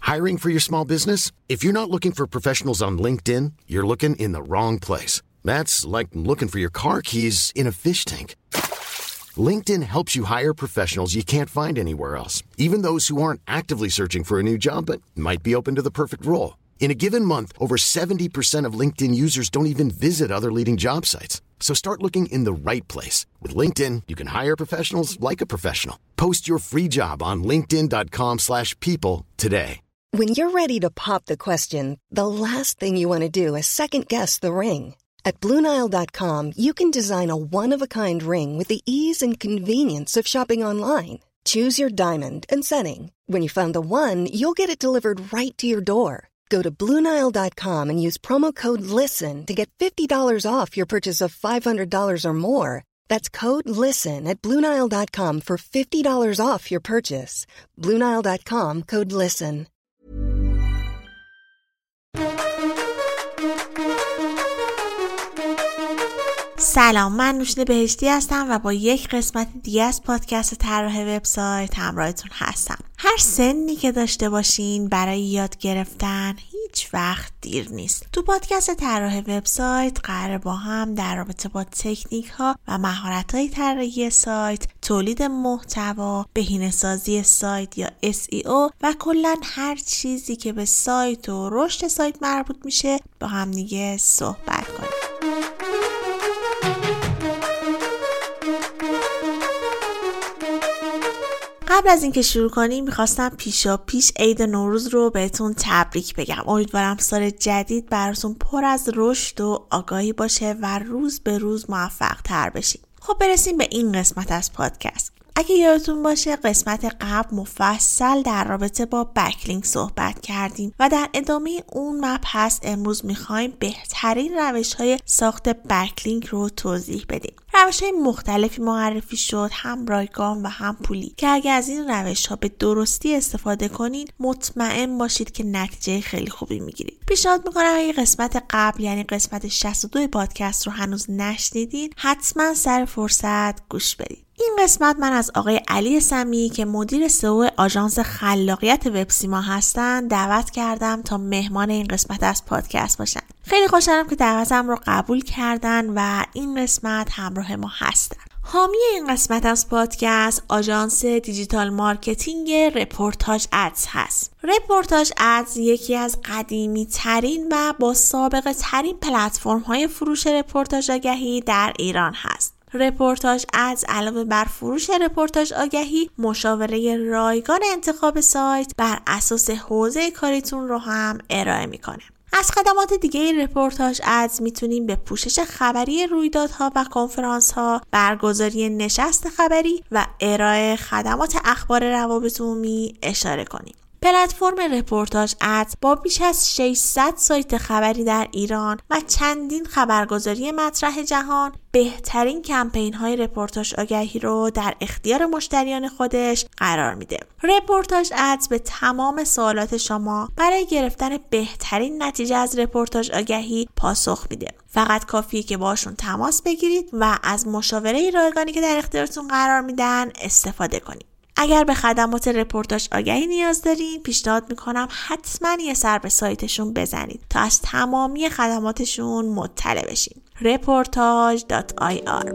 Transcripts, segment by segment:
Hiring for your small business? If you're not looking for professionals on LinkedIn, you're looking in the wrong place. That's like looking for your car keys in a fish tank. LinkedIn helps you hire professionals you can't find anywhere else, even those who aren't actively searching for a new job but might be open to the perfect role. In a given month, over 70% of LinkedIn users don't even visit other leading job sites. So start looking in the right place. With LinkedIn, you can hire professionals like a professional. Post your free job on linkedin.com/people today. When you're ready to pop the question, the last thing you want to do is second-guess the ring. At BlueNile.com, you can design a one-of-a-kind ring with the ease and convenience of shopping online. Choose your diamond and setting. When you find the one, you'll get it delivered right to your door. Go to BlueNile.com and use promo code LISTEN to get $50 off your purchase of $500 or more. That's code LISTEN at BlueNile.com for $50 off your purchase. BlueNile.com, code LISTEN. سلام، من نوشین بهشتی هستم و با یک قسمت دیگه از پادکست طراح وبسایت همراهتون هستم. هر سنی که داشته باشین برای یاد گرفتن هیچ وقت دیر نیست. تو پادکست طراح وبسایت قراره با هم در رابطه با تکنیک ها و مهارت های طراحی سایت، تولید محتوا، بهینه‌سازی سایت یا SEO و کلاً هر چیزی که به سایت و رشد سایت مربوط میشه با هم دیگه صحبت کنیم. قبل از اینکه شروع کنیم میخواستم پیش عید نوروز رو بهتون تبریک بگم. امیدوارم سال جدید براتون پر از رشد و آگاهی باشه و روز به روز موفق تر بشیم. خب برسیم به این قسمت از پادکست. اگه یادتون باشه قسمت قبل مفصل در رابطه با بکلینک صحبت کردیم و در ادامه اون مبحث امروز میخوایم بهترین روش‌های ساخت بکلینک رو توضیح بدیم. روش‌های مختلفی معرفی شد، هم رایگان و هم پولی، که اگه از این روش‌ها به درستی استفاده کنین مطمئن باشید که نتیجه خیلی خوبی میگیرید. پیشنهاد میکنم اگه قسمت قبل یعنی قسمت 62 پادکست رو هنوز نشنیدین حتما سر فرصت گوش بدید. این قسمت من از آقای علی سمی که مدیر سئو آژانس خلاقیت وبسیما هستن دعوت کردم تا مهمان این قسمت از پادکست باشن. خیلی خوشحالم که دعوتم رو قبول کردن و این قسمت همراه ما هستن. حامی این قسمت از پادکست آژانس دیجیتال مارکتینگ رپورتاج ادز هست. رپورتاج ادز یکی از قدیمی ترین و با سابقه ترین پلتفرم های فروش رپورتاج آگهی در ایران هست. رپورتاج ادز علاوه بر فروش رپورتاج آگهی مشاوره رایگان انتخاب سایت بر اساس حوزه کاریتون رو هم ارائه میکنه. از خدمات دیگه رپورتاج ادز میتونیم به پوشش خبری رویدادها و کنفرانس‌ها، برگزاری نشست خبری و ارائه خدمات اخبار روابط عمومی اشاره کنیم. پلتفرم رپورتاج ادز با بیش از 600 سایت خبری در ایران و چندین خبرگزاری مطرح جهان بهترین کمپین های رپورتاج آگهی رو در اختیار مشتریان خودش قرار میده. رپورتاج ادز به تمام سوالات شما برای گرفتن بهترین نتیجه از رپورتاج آگهی پاسخ میده. فقط کافیه که باشون تماس بگیرید و از مشاوره رایگانی که در اختیارتون قرار میدن استفاده کنید. اگر به خدمات رپورتاج آگهی نیاز دارین پیشنهاد میکنم حتما یه سر به سایتشون بزنید تا از تمامی خدماتشون مطلع بشین. reportage.ir.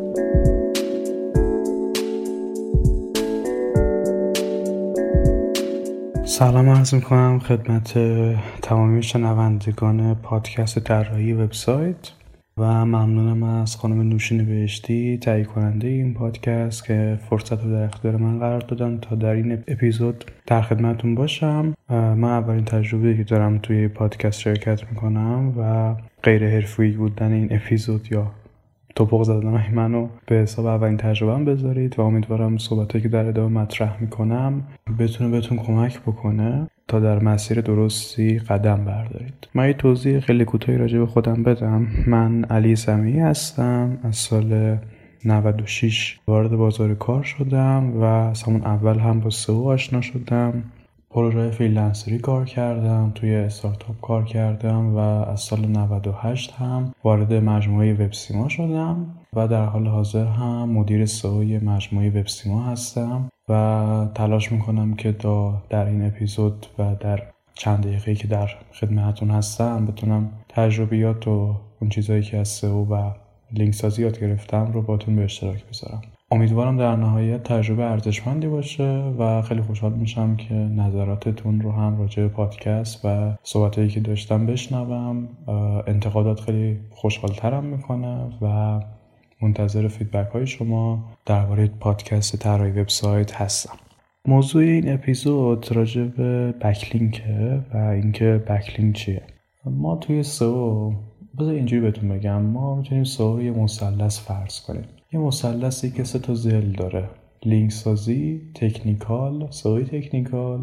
سلام عرض میکنم خدمت تمامی شنوندگان پادکست طراحی وبسایت و ممنونم از خانم نوشین بهشتی تهیه کننده این پادکست که فرصت رو در اختیار من قرار دادن تا در این اپیزود در خدمتون باشم. من اولین تجربه که دارم توی پادکست شرکت میکنم و غیر حرفه‌ای بودن این اپیزود یا توپق زدن منو به حساب اولین تجربه‌ام بذارید و امیدوارم صحبتایی که در ادامه مطرح میکنم بتونه بهتون کمک بکنه تا در مسیر درستی قدم بردارید. من یه توضیح خیلی کوتاهی راجع به خودم بدم. من علی سمی هستم. از سال 96 وارد بازار کار شدم و از همون اول هم با سئو آشنا شدم. پروژه فریلنسری کار کردم، توی استارتاپ کار کردم و از سال 98 هم وارد مجموعه وبسیما شدم و در حال حاضر هم مدیر سئو مجموعه وبسیما هستم و تلاش میکنم که در این اپیزود و در چند دقیقه‌ای که در خدمتتون هستم بتونم تجربیات و اون چیزایی که از سئو و لینک سازی یاد گرفتم رو باتون به اشتراک بذارم. امیدوارم در نهایت تجربه ارزشمندی باشه و خیلی خوشحال میشم که نظراتتون رو هم راجع به پادکست و صحبتایی که داشتم بشنوم. انتقادات خیلی خوشحال‌ترم میکنه و منتظر فیدبک های شما درباره پادکست طراحی وبسایت هستم. موضوع این اپیزود راجع به بکلینکه و اینکه بکلینک چیه. ما توی سئو بذار اینجوری بهتون بگم، ما میتونیم سئو رو یه مثلث فرض کنیم. یه مثلثی که 3 تا ضلع داره: لینک سازی، تکنیکال، سئو تکنیکال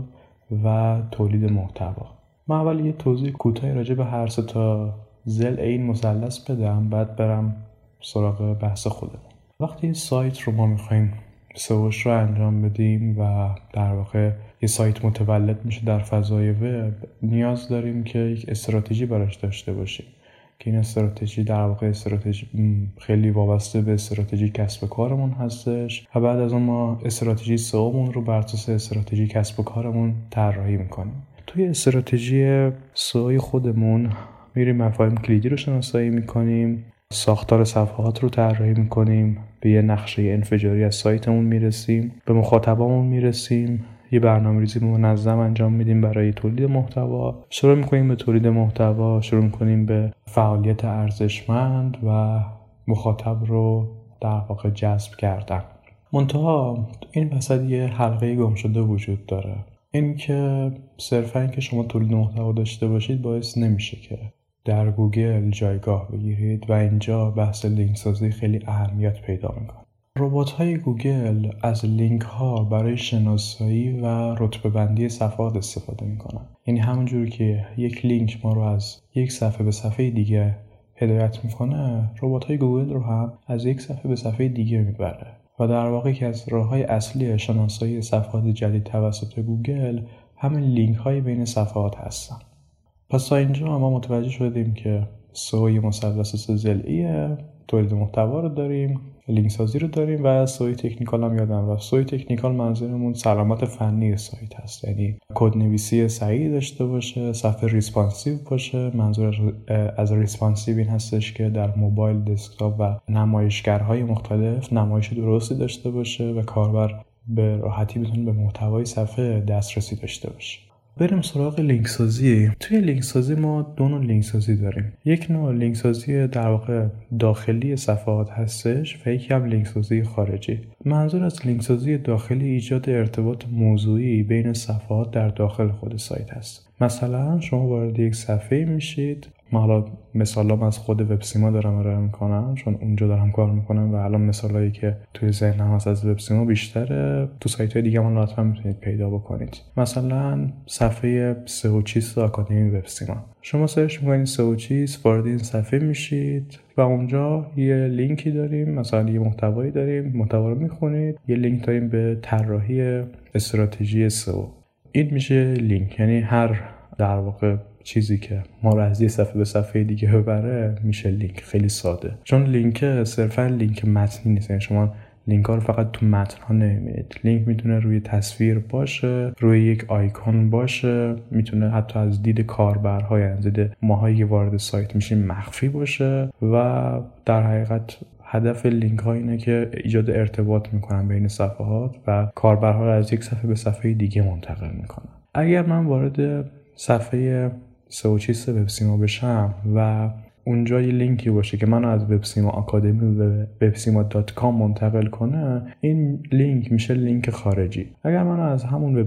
و تولید محتوا. من اول یه توضیح کوتاهی راجع به هر 3 تا ضلع این مثلث بدم، بعد برم سراغ بحث خودمون. وقتی این سایت رو ما میخوایم سئوش رو انجام بدیم و در واقع یه سایت متولد میشه در فضای وب، نیاز داریم که یک استراتژی براش داشته باشیم که این استراتژی در واقع استراتژی خیلی وابسته به استراتژی کسب و کارمون هستش و بعد از اون ما استراتژی سئومون رو بر اساس استراتژی کسب و کارمون طراحی میکنیم. توی استراتژی سئوی خودمون میریم مفاهیم کلیدی رو شناسایی میکنیم، ساختار صفحات رو طراحی میکنیم، به یه نقشه انفجاری از سایتمون میرسیم، به مخاطبامون میرسیم، یه برنامه‌ریزی منظم انجام میدیم برای تولید محتوا، شروع میکنیم به تولید محتوا، شروع میکنیم به فعالیت ارزشمند و مخاطب رو در واقع جذب کردن. منتها این وسط یه حلقه گم شده وجود داره. این که صرفا اینکه شما تولید محتوا داشته باشید باعث نمیشه که در گوگل جایگاه بگیرید و اینجا بحث لینک سازی خیلی اهمیت پیدا میکنه. ربات‌های گوگل از لینک ها برای شناسایی و رتبه بندی صفحات استفاده میکنن. یعنی همونجوری که یک لینک ما رو از یک صفحه به صفحه دیگه هدایت میکنه، ربات‌های گوگل رو هم از یک صفحه به صفحه دیگه میبره و در واقع که از راه‌های اصلی شناسایی صفحات جدید توسط گوگل همین لینک های بین صفحات هستن. پس تا اینجا ما متوجه شدیم که سئو یه مثلث 3 ضلعیه، تولید محتوا رو داریم، لینک سازی رو داریم و سئو تکنیکال هم یادم رفت. سئو تکنیکال منظورمون سلامت فنی سایت هست، یعنی کدنویسی صحیح داشته باشه، صفحه ریسپانسیو باشه. منظور از ریسپانسیو این هستش که در موبایل، دسکتاپ و نمایشگرهای مختلف نمایش درستی داشته باشه و کاربر به راحتی بتونه به محتوای صفحه دسترسی داشته باشه. بریم سراغ لینک سازی. توی لینک سازی ما 2 نوع لینک سازی داریم. یک نوع لینک سازی در واقع داخلی صفحات هستش و یکی هم لینک سازی خارجی. منظور از لینک سازی داخلی ایجاد ارتباط موضوعی بین صفحات در داخل خود سایت هست. مثلا شما وارد یک صفحه میشید، من حالا مثالام از خود وبسیما دارم ارائه میکنم چون اونجا دارم کار میکنم و الان مثالایی که توی ذهنم هست از وبسیما بیشتره، تو سایت‌های دیگه هم لطفا میتونید پیدا بکنید. مثلا صفحه سئو چیست آکادمی وبسیما، شما سرچ میکنید سئو چیست، وارد این صفحه میشید و اونجا یه لینکی داریم، مثلا یه محتوایی داریم، محتوا رو میخونید، یه لینک داریم به طراحی استراتژی سئو. این میشه لینک، یعنی هر در واقع چیزی که ما رو از یه صفحه به صفحه دیگه ببره میشه لینک. خیلی ساده، چون لینک صرفا لینک متنی نیست، یعنی شما لینک ها رو فقط تو متن ها نمیبینید. لینک میتونه روی تصویر باشه، روی یک آیکون باشه، میتونه حتی از دید کاربرها یعنی از دید ماهایی که وارد سایت میشیم مخفی باشه و در حقیقت هدف لینک ها اینه که ایجاد ارتباط میکنن بین صفحات و کاربرها رو از یک صفحه به صفحه دیگه منتقل میکنن. اگر من وارد صفحه سئو چیست وبسیما بشم و اونجا یه لینکی باشه که منو از وبسیما آکادمی و websima.com منتقل کنه، این لینک میشه لینک خارجی. اگر منو از همون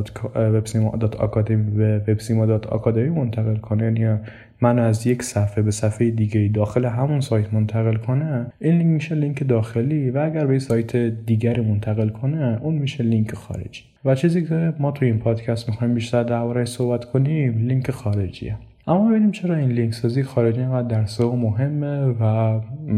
websima.academy و websima.academy منتقل کنه، یعنی منو از یک صفحه به صفحه دیگه داخل همون سایت منتقل کنه، این لینک میشه لینک داخلی و اگر به سایت دیگری منتقل کنه اون میشه لینک خارجی. و چیزی که ما توی این پادکست میخوایم بیشتر درباره‌اش صحبت کنیم لینک خارجیه. اما ببینیم چرا این لینک سازی خارجی اینقدر در سئو مهمه و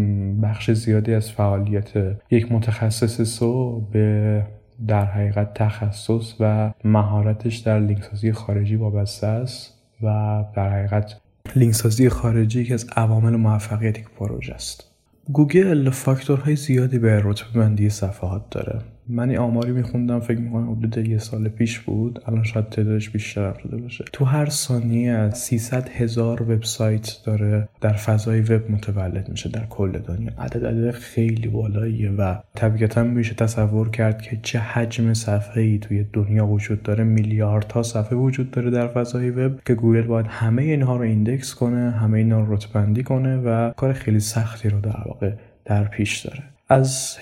بخش زیادی از فعالیت یک متخصص سئو به در حقیقت تخصص و مهارتش در لینک سازی خارجی وابسته است و در حقیقت لینک سازی خارجی یکی از عوامل موفقیت یک پروژه است. گوگل فاکتورهای زیادی به رتبه بندی صفحات داره. من این آماری میخوندم، فکر میکنم حدود 1 سال پیش بود، الان شاید تعدادش بیشتر هم شده باشه. تو هر ثانیه 300,000 وبسایت داره در فضای وب متولد میشه در کل دنیا. عدد خیلی بالاییه و طبیعتاً میشه تصور کرد که چه حجم صفحه‌ای توی دنیا وجود داره. میلیاردها صفحه وجود داره در فضای وب که گوگل باید همه اینها رو ایندکس کنه، همه اینا رو رتبه‌بندی کنه و کار خیلی سختی رو در واقع در پیش داره. از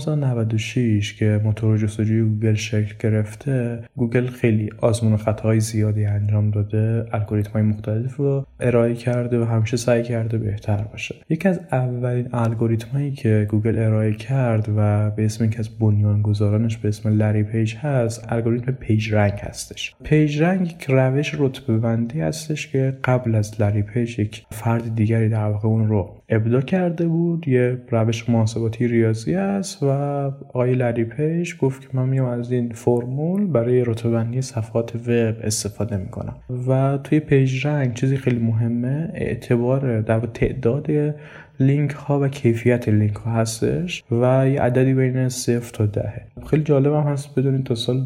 1996 که موتور جستجوی گوگل شکل گرفته، گوگل خیلی آزمون و خطاهای زیادی انجام داده، الگوریتم‌های مختلف رو ارائه کرده و همیشه سعی کرده بهتر باشه. یکی از اولین الگوریتمایی که گوگل ارائه کرد و به اسم یکی از بنیانگذارانش به اسم لری پیج هست، الگوریتم پیج رنگ هستش. پیج رنگ یک روش رتبه‌بندی هستش که قبل از لری پیج یک فرد دیگری در واقع اون رو ابداع کرده بود. یه روش محاسباتی ریاضی است و آقای لری پیج گفت که من میام از این فرمول برای رتبه‌بندی صفحات وب استفاده میکنم. و توی پیج رنگ چیزی خیلی مهمه اعتبار در تعداد لینک ها و کیفیت لینک ها هستش و یه عددی بین 0 تا 10. خیلی جالب هم هست بدونید تا سال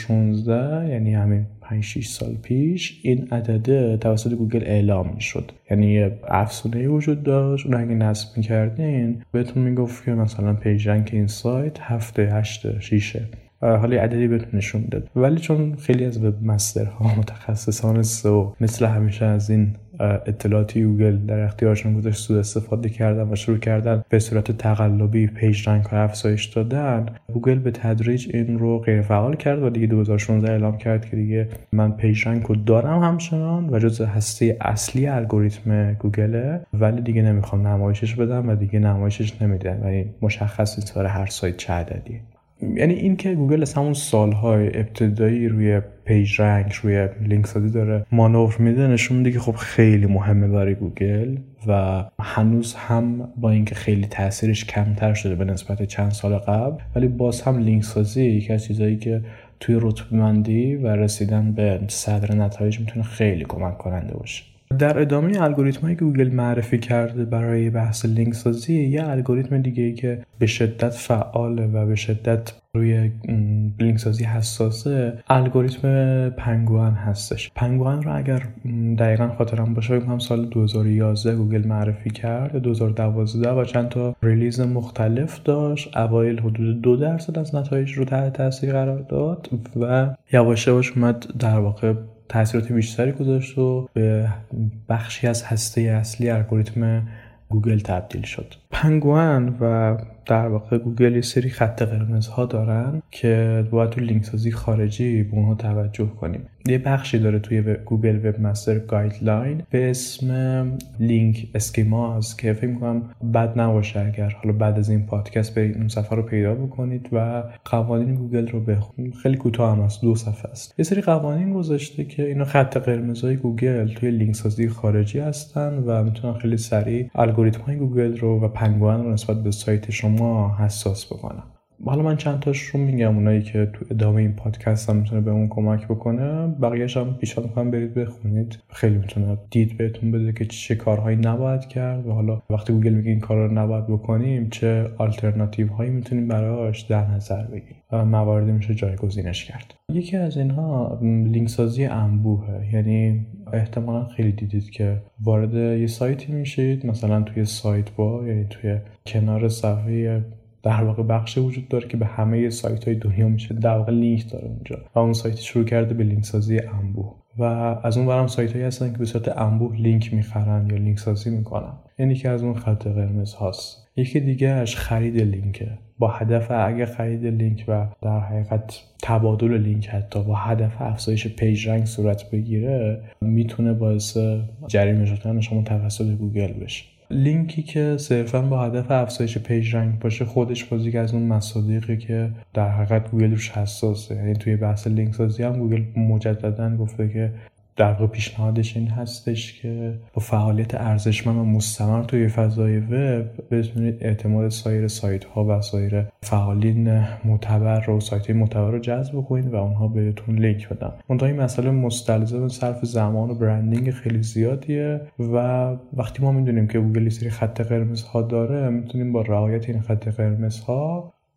2016 یعنی همین 5-6 سال پیش این عدد توسط گوگل اعلام میشد. یعنی یه افزونه‌ای وجود داشت، اون اگه نصب می‌کردین بهتون میگفت که مثلا پیج رنک این سایت 7 8 6 حالا عددی بهتون نشون داد. ولی چون خیلی از وب مسترها متخصصان سئو مثل همیشه از این اطلاعاتی گوگل در اختیارشون گذاشت سوء استفاده کردن و شروع کردن به صورت تقلبی پیج رنک ها افزایش دادن، گوگل به تدریج این رو غیر فعال کرد و دیگه 2016 اعلام کرد که دیگه من پیج رنک رو دارم همچنان و جزء هسته اصلی الگوریتم گوگله، ولی دیگه نمیخوام نمایشش بدم و دیگه نمایشش نمیدن. یعنی مشخص نیست برای هر سایت چه عددیه. یعنی این که گوگل از همون سالهای ابتدایی روی پیج رنک، روی لینک سازی داره مانور میده، نشون میده که خب خیلی مهمه برای گوگل و هنوز هم با اینکه خیلی تاثیرش کمتر شده به نسبت چند سال قبل، ولی باز هم لینک سازی یکی از چیزایی که توی رتبه‌بندی و رسیدن به صدر نتایج میتونه خیلی کمک کننده باشه. در ادامه الگوریتمایی که گوگل معرفی کرده برای بحث لینک سازی، یه الگوریتم دیگه‌ای که به شدت فعاله و به شدت روی لینک سازی حساسه، الگوریتم پنگوئن هستش. پنگوئن رو اگر دقیقاً خاطرم باشه بگم سال 2011 گوگل معرفی کرد، 2012 و چند تا ریلیز مختلف داشت. اوایل حدود 2% از نتایج رو تحت تاثیر قرار داد و یواش یواش اومد در واقع تأثیرات بیشتری گذاشت و به بخشی از هسته اصلی الگوریتم گوگل تبدیل شد. پنگوئن و در واقع گوگل یه سری خط قرمز ها دارن که باید تو لینک سازی خارجی به اونها توجه کنیم. یه بخشی داره توی گوگل وب مستر گایدلاین به اسم لینک اسکیماز که فکر می‌کنم بد نباشه اگر حالا بعد از این پادکست برید اون صفحه رو پیدا بکنید و قوانین گوگل رو بخونید. خیلی کوتاه هم است، 2 صفحه است. یه سری قوانین گذاشته که اینا خط قرمزهای گوگل توی لینک سازی خارجی هستن و میتونن خیلی سریع الگوریتم‌های گوگل رو و پنگوئن رو نسبت به سایت شما حساس بکنن. حالا من چند تاش رو میگم، اونایی که تو ادامه این پادکست هم میتونه به اون کمک بکنه. بقیه‌اش هم پیشنهاد میکنم برید بخونید، خیلی میتونه دید بهتون بده که چه کارهایی نباید کرد و حالا وقتی گوگل میگه این کارا رو نباید بکنیم چه آلترناتیو هایی میتونیم براش در نظر بگیریم و مواردی میشه جایگزینش کرد. یکی از اینها لینک سازی انبوهه. یعنی احتمالاً خیلی دیدید که وارد یه سایتی میشید، مثلا توی سایت با، یعنی توی کنار صفحه در واقع بخش وجود داره که به همه سایت‌های دنیا میشه در واقع لینک داره اونجا و اون سایت شروع کرده به لینک سازی انبوه و از اون برام سایت‌هایی هستن که به صورت انبوه لینک میخرن یا لینک سازی میکنن. یعنی که از اون خط قرمز هاست. یکی دیگه اش خرید لینکه با هدف اگه خرید لینک و در حقیقت تبادل لینک حتی با هدف افزایش پیج رنک صورت بگیره، میتونه باعث جریمه شدن شما توسط گوگل بشه. لینکی که صرفاً با هدف افزایش پیج رنک باشه خودش بازی از اون مصادیقی که در حقیقت گوگل روش حساسه. یعنی توی بحث لینک سازی هم گوگل مجدداً گفته که در واقع پیشنهادش این هستش که با فعالیت ارزشمند و مستمر توی فضای وب بتونید اعتماد سایر سایت ها و سایر فعالین معتبر و سایت های معتبر رو جذب کنید و اونها بهتون لینک بدن. منتها این مسئله مستلزم صرف زمان و برندینگ خیلی زیادیه و وقتی ما میدونیم که گوگل سری خط قرمز ها داره، میتونیم با رعایت این خط قرمز ها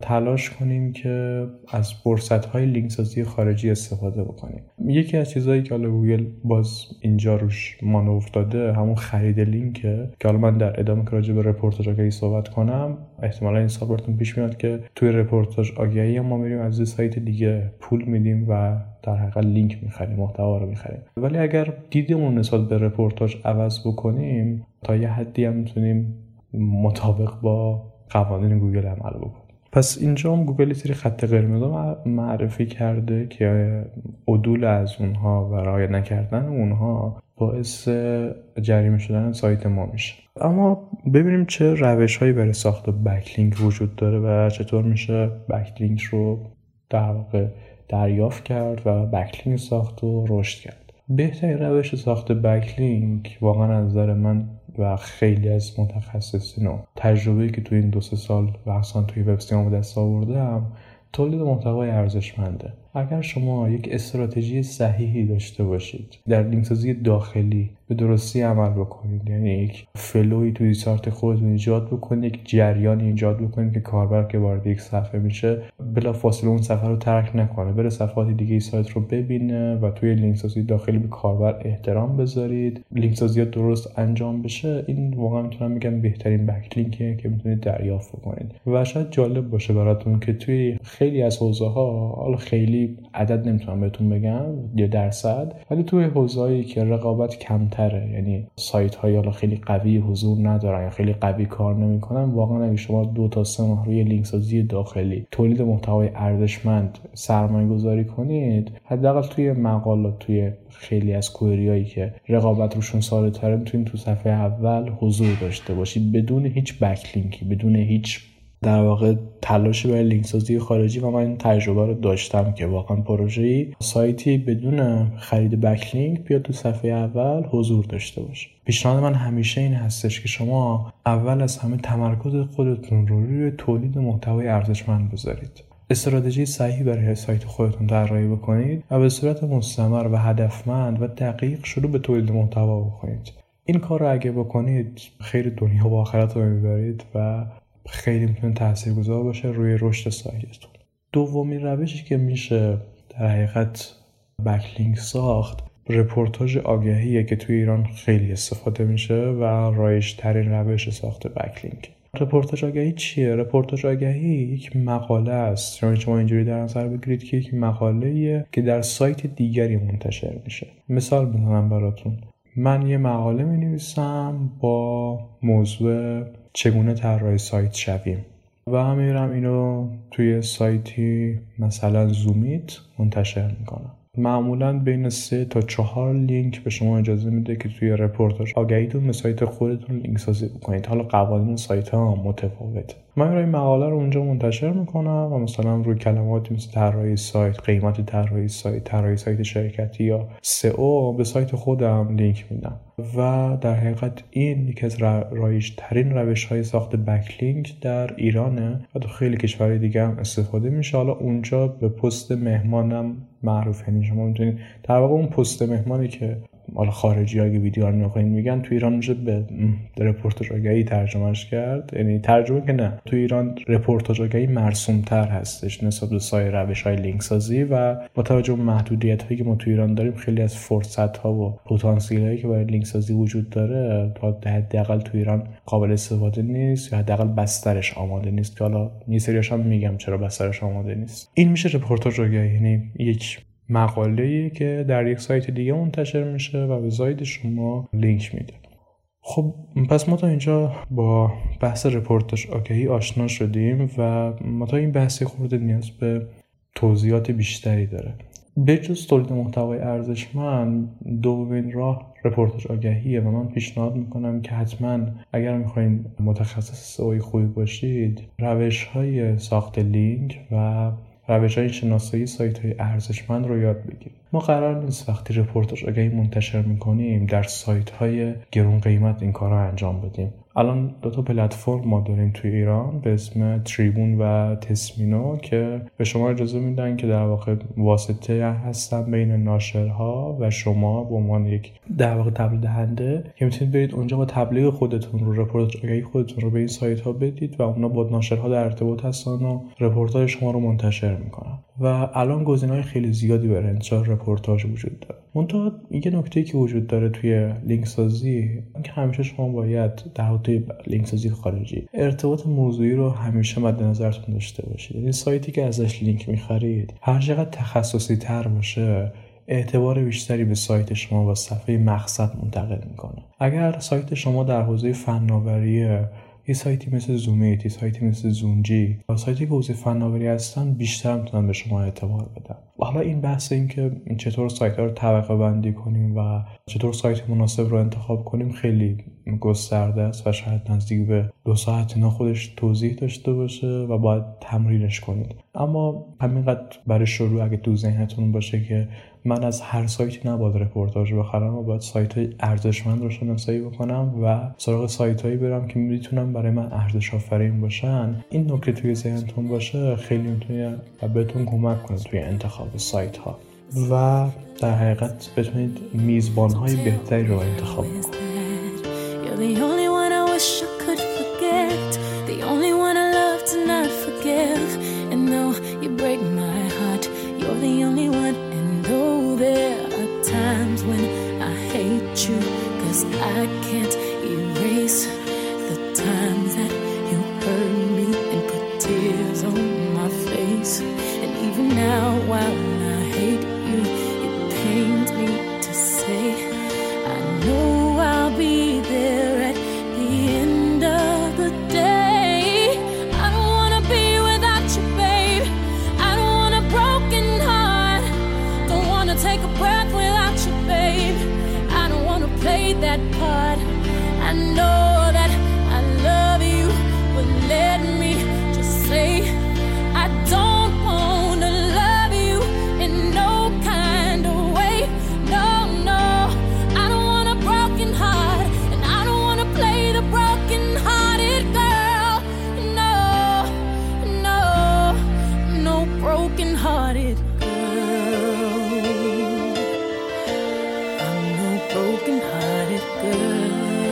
تلاش کنیم که از فرصت‌های لینک سازی خارجی استفاده بکنیم. یکی از چیزایی که حالا گوگل باز اینجا روش مانور داده همون خرید لینکه که حالا من در ادامه که راجع به رپورتاج آگهی صحبت کنم احتمالاً این سوال براتون پیش میاد که توی رپورتاج آگهی ما میریم از یه سایت دیگه پول میدیم و در حقیقت لینک میخریم، محتوا رو میخریم. ولی اگر دیدمون نسبت به رپورتاج عوض بکنیم تا یه حدی هم میتونیم مطابق با قوانین گوگل عمل بکنیم. پس اینجا هم گوگل سری خط قرمز معرفی کرده که عدول از اونها و رعایت نکردن اونها باعث جریمه شدن سایت ما میشه. اما ببینیم چه روش‌هایی برای ساخت بکلینک وجود داره و چطور میشه بکلینک رو در واقع دریافت کرد و بکلینک ساخت و رشد کرد. بهترین روش ساخت بکلینک واقعا از نظر من و خیلی از متخصصین و تجربه‌ای که تو این 2-3 سال مثلا توی وبسایت به دست آوردم تولید محتوای ارزشمنده. اگر شما یک استراتژی صحیحی داشته باشید در لینک سازی داخلی به درستی عمل بکنید، یعنی یک فلوی توی سایت خودتون ایجاد بکنید، یک جریانی ایجاد بکنید که کاربر که وارد یک صفحه میشه بلافاصله اون صفحه رو ترک نکنه، بره صفحات دیگه سایت رو ببینه و توی لینک سازی داخلی به کاربر احترام بذارید، لینک سازی درست انجام بشه، این واقعا میتونم بگم بهترین بکلینکیه که میتونید دریافت بکنید. و شاید جالب باشه براتون که توی خیلی از حوزه‌ها، حالا خیلی عدد نمیتونم بهتون بگم یا درصد، ولی توی حوزه‌ای که رقابت کمتره، یعنی سایت‌های حالا خیلی قوی حضور ندارن یا خیلی قوی کار نمی‌کنن، واقعا اگه شما 2 تا 3 ماه روی لینک سازی داخلی تولید محتوای ارزشمند سرمایه‌گذاری کنید، حداقل توی مقالات، توی خیلی از کوئریایی که رقابت روشون ساده‌تره میتونید تو صفحه اول حضور داشته باشید بدون هیچ بکلینکی، بدون هیچ در واقع تلاشی برای لینک سازی خارجی. و من این تجربه رو داشتم که واقعا پروژه‌ای سایتی بدون خرید بکلینک بیاد تو صفحه اول حضور داشته باشه. پیشنهاد من همیشه این هستش که شما اول از همه تمرکز خودتون رو روی تولید محتوای ارزشمند بذارید، استراتژی صحیح برای سایت خودتون طراحی بکنید و به صورت مستمر و هدفمند و دقیق شروع به تولید محتوا بکنید. این کار رو اگه بکنید خیر دنیا و آخرت رو میبرید و خیلی میتونه تاثیرگذار باشه روی رشد سایتتون. دومین روشی که میشه در حقیقت بکلینک ساخت رپورتاج آگهیه که توی ایران خیلی استفاده میشه و رایج‌ترین روش ساخت بکلینک. رپورتاج آگهی چیه؟ رپورتاج آگهی یک مقاله است. شما اینجوری در نظر بگیرید که یک مقاله‌ایه که در سایت دیگری منتشر میشه. مثال میزنم براتون. من یه مقاله می‌نویسم با موضوع چگونه طراح سایت شویم و میرم اینو توی سایتی مثلا زومیت منتشر میکنم. معمولاً بین 3 تا 4 لینک به شما اجازه میده که توی رپورتاج آگهیتون به سایت خودتون لینک سازی بکنید. حالا قوانین سایت ها متفاوته. من این مقاله رو اونجا منتشر میکنم و مثلا روی کلماتی مثل طراحی سایت، قیمت طراحی سایت، طراحی سایت شرکتی یا سئو به سایت خودم لینک میدم. و در حقیقت این یکی از رایج‌ترین روش‌های ساخت بکلینک در ایرانه و تو خیلی کشورهای دیگه هم استفاده میشه. حالا اونجا به پست مهمانم معروفه، یعنی شما میتونید در واقع اون پست مهمانی که حالا خارجی‌ها که ویدیو رو می‌خواین میگن تو ایران میشه به رپورتاج آگهی ترجمهش کرد. یعنی ترجمه که نه، تو ایران رپورتاج آگهی مرسوم‌تر هستش نسبت به سایر روش‌های لینک سازی و با توجه به محدودیت‌هایی که ما تو ایران داریم خیلی از فرصت‌ها و پتانسیل‌هایی که برای لینک سازی وجود داره تا حداقل تو ایران قابل استفاده نیست یا حداقل بسترش آماده نیست. که حالا یه سریاش هم میگم چرا بسترش آماده نیست. این میشه رپورتاج آگهی، یعنی یک مقاله‌ای که در یک سایت دیگه منتشر میشه و به سایت شما لینک میده. خب پس ما تا اینجا با بحث رپورتاج آگهی آشنا شدیم و ما تا این بحث خورده نیاز به توضیحات بیشتری داره. به جز تولید محتوای ارزشمند، دومین راه رپورتاج آگهیه و من پیشنهاد میکنم که حتما اگر میخواین متخصص سئو خوبی باشید روش‌های ساخت لینک و روش‌های شناسایی سایت‌های ارزشمند رو یاد بگیرید. ما قرار نیست وقتی رپورتاج آگهی منتشر میکنیم در سایت‌های گرون قیمت این کار رو انجام بدیم. الان 2 پلتفرم ما داریم توی ایران به اسم تریبون و تسمینو که به شما اجازه میدن که در واقع واسطه هستن بین ناشرها و شما به عنوان یک در واقع تبلیغ دهنده که میتونید برید اونجا با تبلیغ خودتون رو رپورتاج آگهی خودتون رو به این سایت ها بدید و اونا با ناشرها در ارتباط هستن و رپورتاج شما رو منتشر میکنن و الان گزینه‌های خیلی زیادی برای انتشار رپورتاج وجود داره. منتها یه نکته‌ای که وجود داره توی لینک سازی که همیشه شما باید در توی لینک سازی خارجی ارتباط موضوعی رو همیشه مد نظرتون داشته باشید. یعنی سایتی که ازش لینک می‌خرید هر چقدر تخصصی تر باشه اعتبار بیشتری به سایت شما و صفحه مقصد منتقل میکنه. اگر سایت شما در حوزه فناوریه، یه سایتی مثل زومیت، یه سایتی مثل زونجی و سایتی که حوزه فناوری هستن بیشتر میتونن به شما اعتبار بدن. و حالا این بحث این که چطور سایت ها رو طبقه بندی کنیم و چطور سایت مناسب رو انتخاب کنیم خیلی گسترده است و شاید نزدیک به 2 ساعت اینا خودش توضیح داشته باشه و باید تمرینش کنید. اما همینقدر برای شروع اگه تو ذهنتون باشه که من از هر سایتی نباید رپورتاج بخرم و باید سایت‌های ارزشمند رو شناسایی بکنم و سراغ سایت‌هایی برم که میتونم برای من ارزش آفرین باشن. این نکته توی ذهنتون باشه خیلی میتونه بهتون کمک کنه توی انتخاب سایت‌ها و در حقیقت بتونید میزبان‌های بهتری رو انتخاب کنید. The only one I wish I could forget, the only one I love to not forgive. And though you break my heart, you're the only one. And though there are times when I hate you, 'cause I can't erase the times that you hurt me and put tears on my face. And even now while I hate you, it pains me to say I know I'll be there at the end of the day. I don't wanna be without you, babe. I don't want a broken heart. Don't wanna take a breath without you, babe. I don't wanna play that part. I know that I love you, but let me just say I don't wanna love you in no kind of way. No, no. I don't want a broken heart, and I don't wanna play the broken-hearted girl. No, no, no broken-hearted girl. I'm no broken-hearted girl.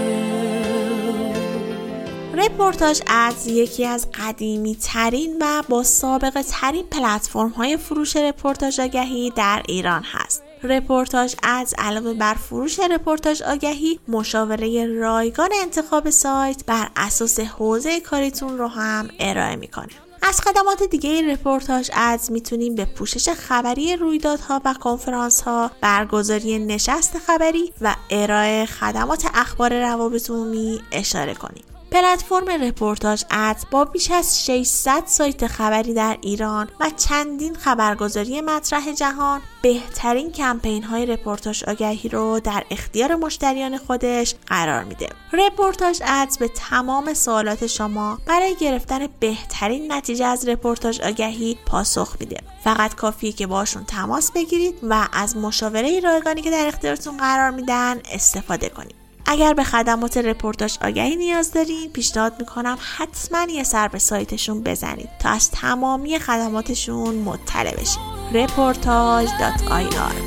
رپورتاج ادز یکی از قدیمی ترین و با سابقه ترین پلتفرم های فروش رپورتاج آگهی در ایران هست. رپورتاج ادز علاوه بر فروش رپورتاج آگهی، مشاوره رایگان انتخاب سایت بر اساس حوزه کاریتون رو هم ارائه میکنه. از خدمات دیگه رپورتاج ادز میتونیم به پوشش خبری رویدادها و کنفرانس‌ها، برگزاری نشست خبری و ارائه خدمات اخبار روابط عمومی اشاره کنیم. پلتفرم رپورتاج ادز با بیش از 600 سایت خبری در ایران و چندین خبرگزاری مطرح جهان بهترین کمپین های رپورتاج آگهی رو در اختیار مشتریان خودش قرار میده. رپورتاج ادز به تمام سوالات شما برای گرفتن بهترین نتیجه از رپورتاج آگهی پاسخ میده. فقط کافیه که باشون تماس بگیرید و از مشاوره رایگانی که در اختیارتون قرار میدن استفاده کنید. اگر به خدمات رپورتاج آگهی نیاز دارین، پیشنهاد میکنم حتما یه سر به سایتشون بزنید تا از تمامی خدماتشون مطلع بشید. reportage.ir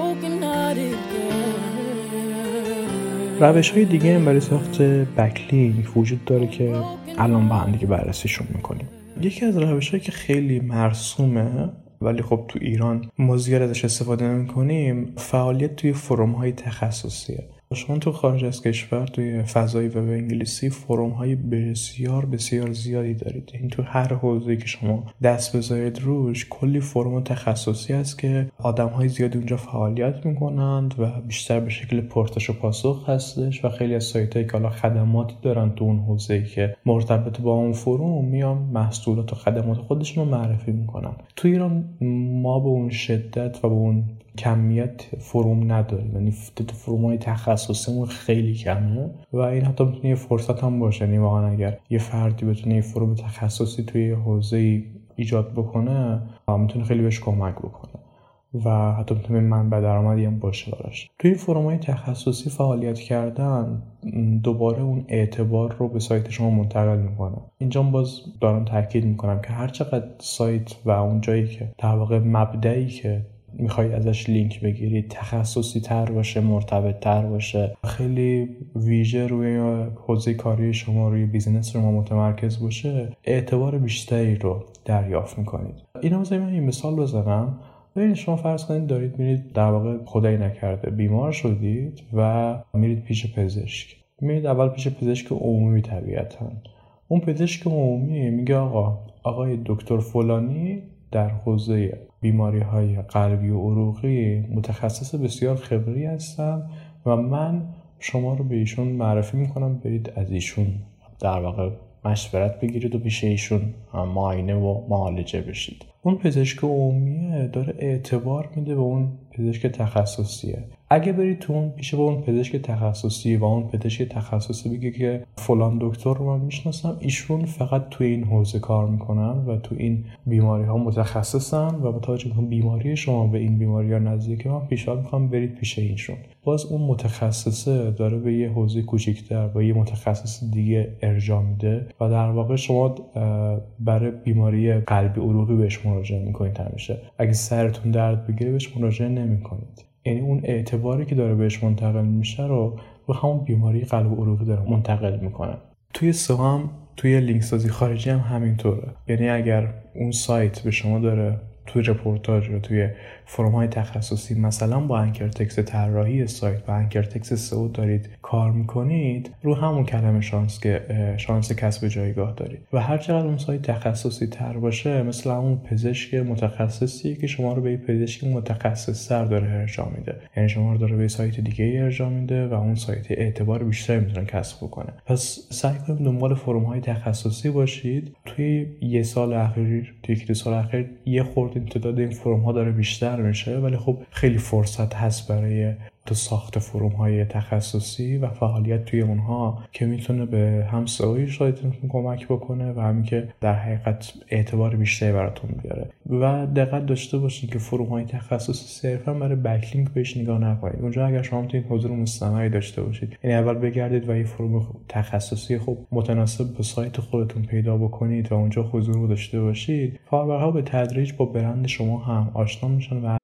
broken-hearted girl. روش‌های دیگه هم برای ساخت بکلینک وجود داره که الان با هم دیگه بررسیشون میکنیم. یکی از روش‌هایی که خیلی مرسومه ولی خب تو ایران ما زیاد ازش استفاده نمی‌کنیم، فعالیت توی فروم‌های تخصصیه. شما تو خارج از کشور توی فضای وب انگلیسی فروم‌های بسیار بسیار زیادی دارید. این تو هر حوزه‌ای که شما دست بذارید روش کلی فروم تخصصی هست که آدم‌های زیادی اونجا فعالیت می‌کنند و بیشتر به شکل پرسش و پاسخ هستش و خیلی از سایت‌هایی که حالا خدماتی دارن تو اون حوزه‌ای که مرتبط با اون فروم میان محصولات و خدمات خودشون رو معرفی می‌کنن. تو ایران ما به اون شدت و به اون کمیت فروم نداریم، یعنی فروم‌های تخصصیمون خیلی کمه و این حتی میتونه یه فرصت هم باشه. یعنی واقعا اگر یه فردی بتونه یه فروم تخصصی توی حوزه‌ای ایجاد بکنه میتونه خیلی بهش کمک بکنه و حتی میتونه منبع درآمدی هم باشه براش. توی فروم‌های تخصصی فعالیت کردن دوباره اون اعتبار رو به سایت شما منتقل میکنه. اینجا باز دارم تاکید میکنم که هر چقدر سایت و اون جایی که در واقع مبدئی که میخواید ازش لینک بگیرید تخصصی تر باشه، مرتبط تر باشه، خیلی ویژه روی حوزه کاری شما، روی بیزینس شما متمرکز باشه، اعتبار بیشتری رو دریافت میکنید. اینو مثلا من این مثال بزنم. ببینید شما فرض کنید دارید میرید در واقع خدای نکرده بیمار شدید و میرید پیش پزشک. میرید اول پیش پزشک عمومی طبیعتاً. اون پزشک عمومی میگه آقای دکتر فلانی در حوزه بیماری‌های قلبی و عروقی متخصص بسیار خبری هستن و من شما رو به ایشون معرفی میکنم، برید از ایشون در واقع مشورت بگیرید و پیش ایشون معاینه و معالجه بشید. اون پزشک عمومی داره اعتبار میده به اون پزشک تخصصیه. اگه برید تو اون پیش اون پزشک تخصصی و اون پزشک تخصصی بگه که فلان دکتر رو من میشناسم، ایشون فقط تو این حوزه کار میکنن و تو این بیماری ها متخصصن و با توجه به بیماری شما به این بیماری ها نزدیکه، من پیشنهاد میکنم برید پیش ایشون. باز اون متخصصه داره به یه حوزه کوچیک‌تر با یه متخصص دیگه ارجاع میده و در واقع شما برای بیماری قلبی عروقی بهش مراجعه میکنید. همیشه اگه سرتون درد بگیره بهش مراجعه نمیکنید. یعنی اون اعتباری که داره بهش منتقل میشه رو همون بیماری قلب و عروقی داره منتقل میکنه. توی سئو توی لینک سازی خارجی هم همینطوره. یعنی اگر اون سایت به شما داره توی رپورتاج و توی فروم‌های تخصصی مثلا با انکر تکست طراحی سایت و انکر تکست سئو دارید کار میکنید، رو همون کلمه شانس کسب جایگاه دارید و هر چقدر اون سایت تخصصی تر باشه، مثل همون پزشک متخصصی که شما رو به پزشک متخصص تر داره ارجاع میده، یعنی شما رو داره به سایت دیگه ارجاع میده و اون سایت اعتبار بیشتری میتونه کسب بکنه. پس سعی کنید دنبال فروم‌های تخصصی باشید. توی یه سال اخیر، توی 2 سال اخیر یه خورده تعداد این فروم ها داره بیشتر میشه، ولی خب خیلی فرصت هست برای تو ساخت فروم های تخصصی و فعالیت توی اونها که میتونه به هم سئوی سایتتون کمک بکنه و همین که در حقیقت اعتبار بیشتری براتون بیاره. و دقت داشته باشین که فروم های تخصصی صرفا برای بکلینک بهش نگاه نکنید. اونجا اگر شما میتونید حضور مستمری داشته باشید، یعنی اول بگردید و یه فروم تخصصی خوب متناسب با سایت خودتون پیدا بکنید و اونجا حضور داشته باشید، کاربرها به تدریج با برند شما هم آشنا میشن و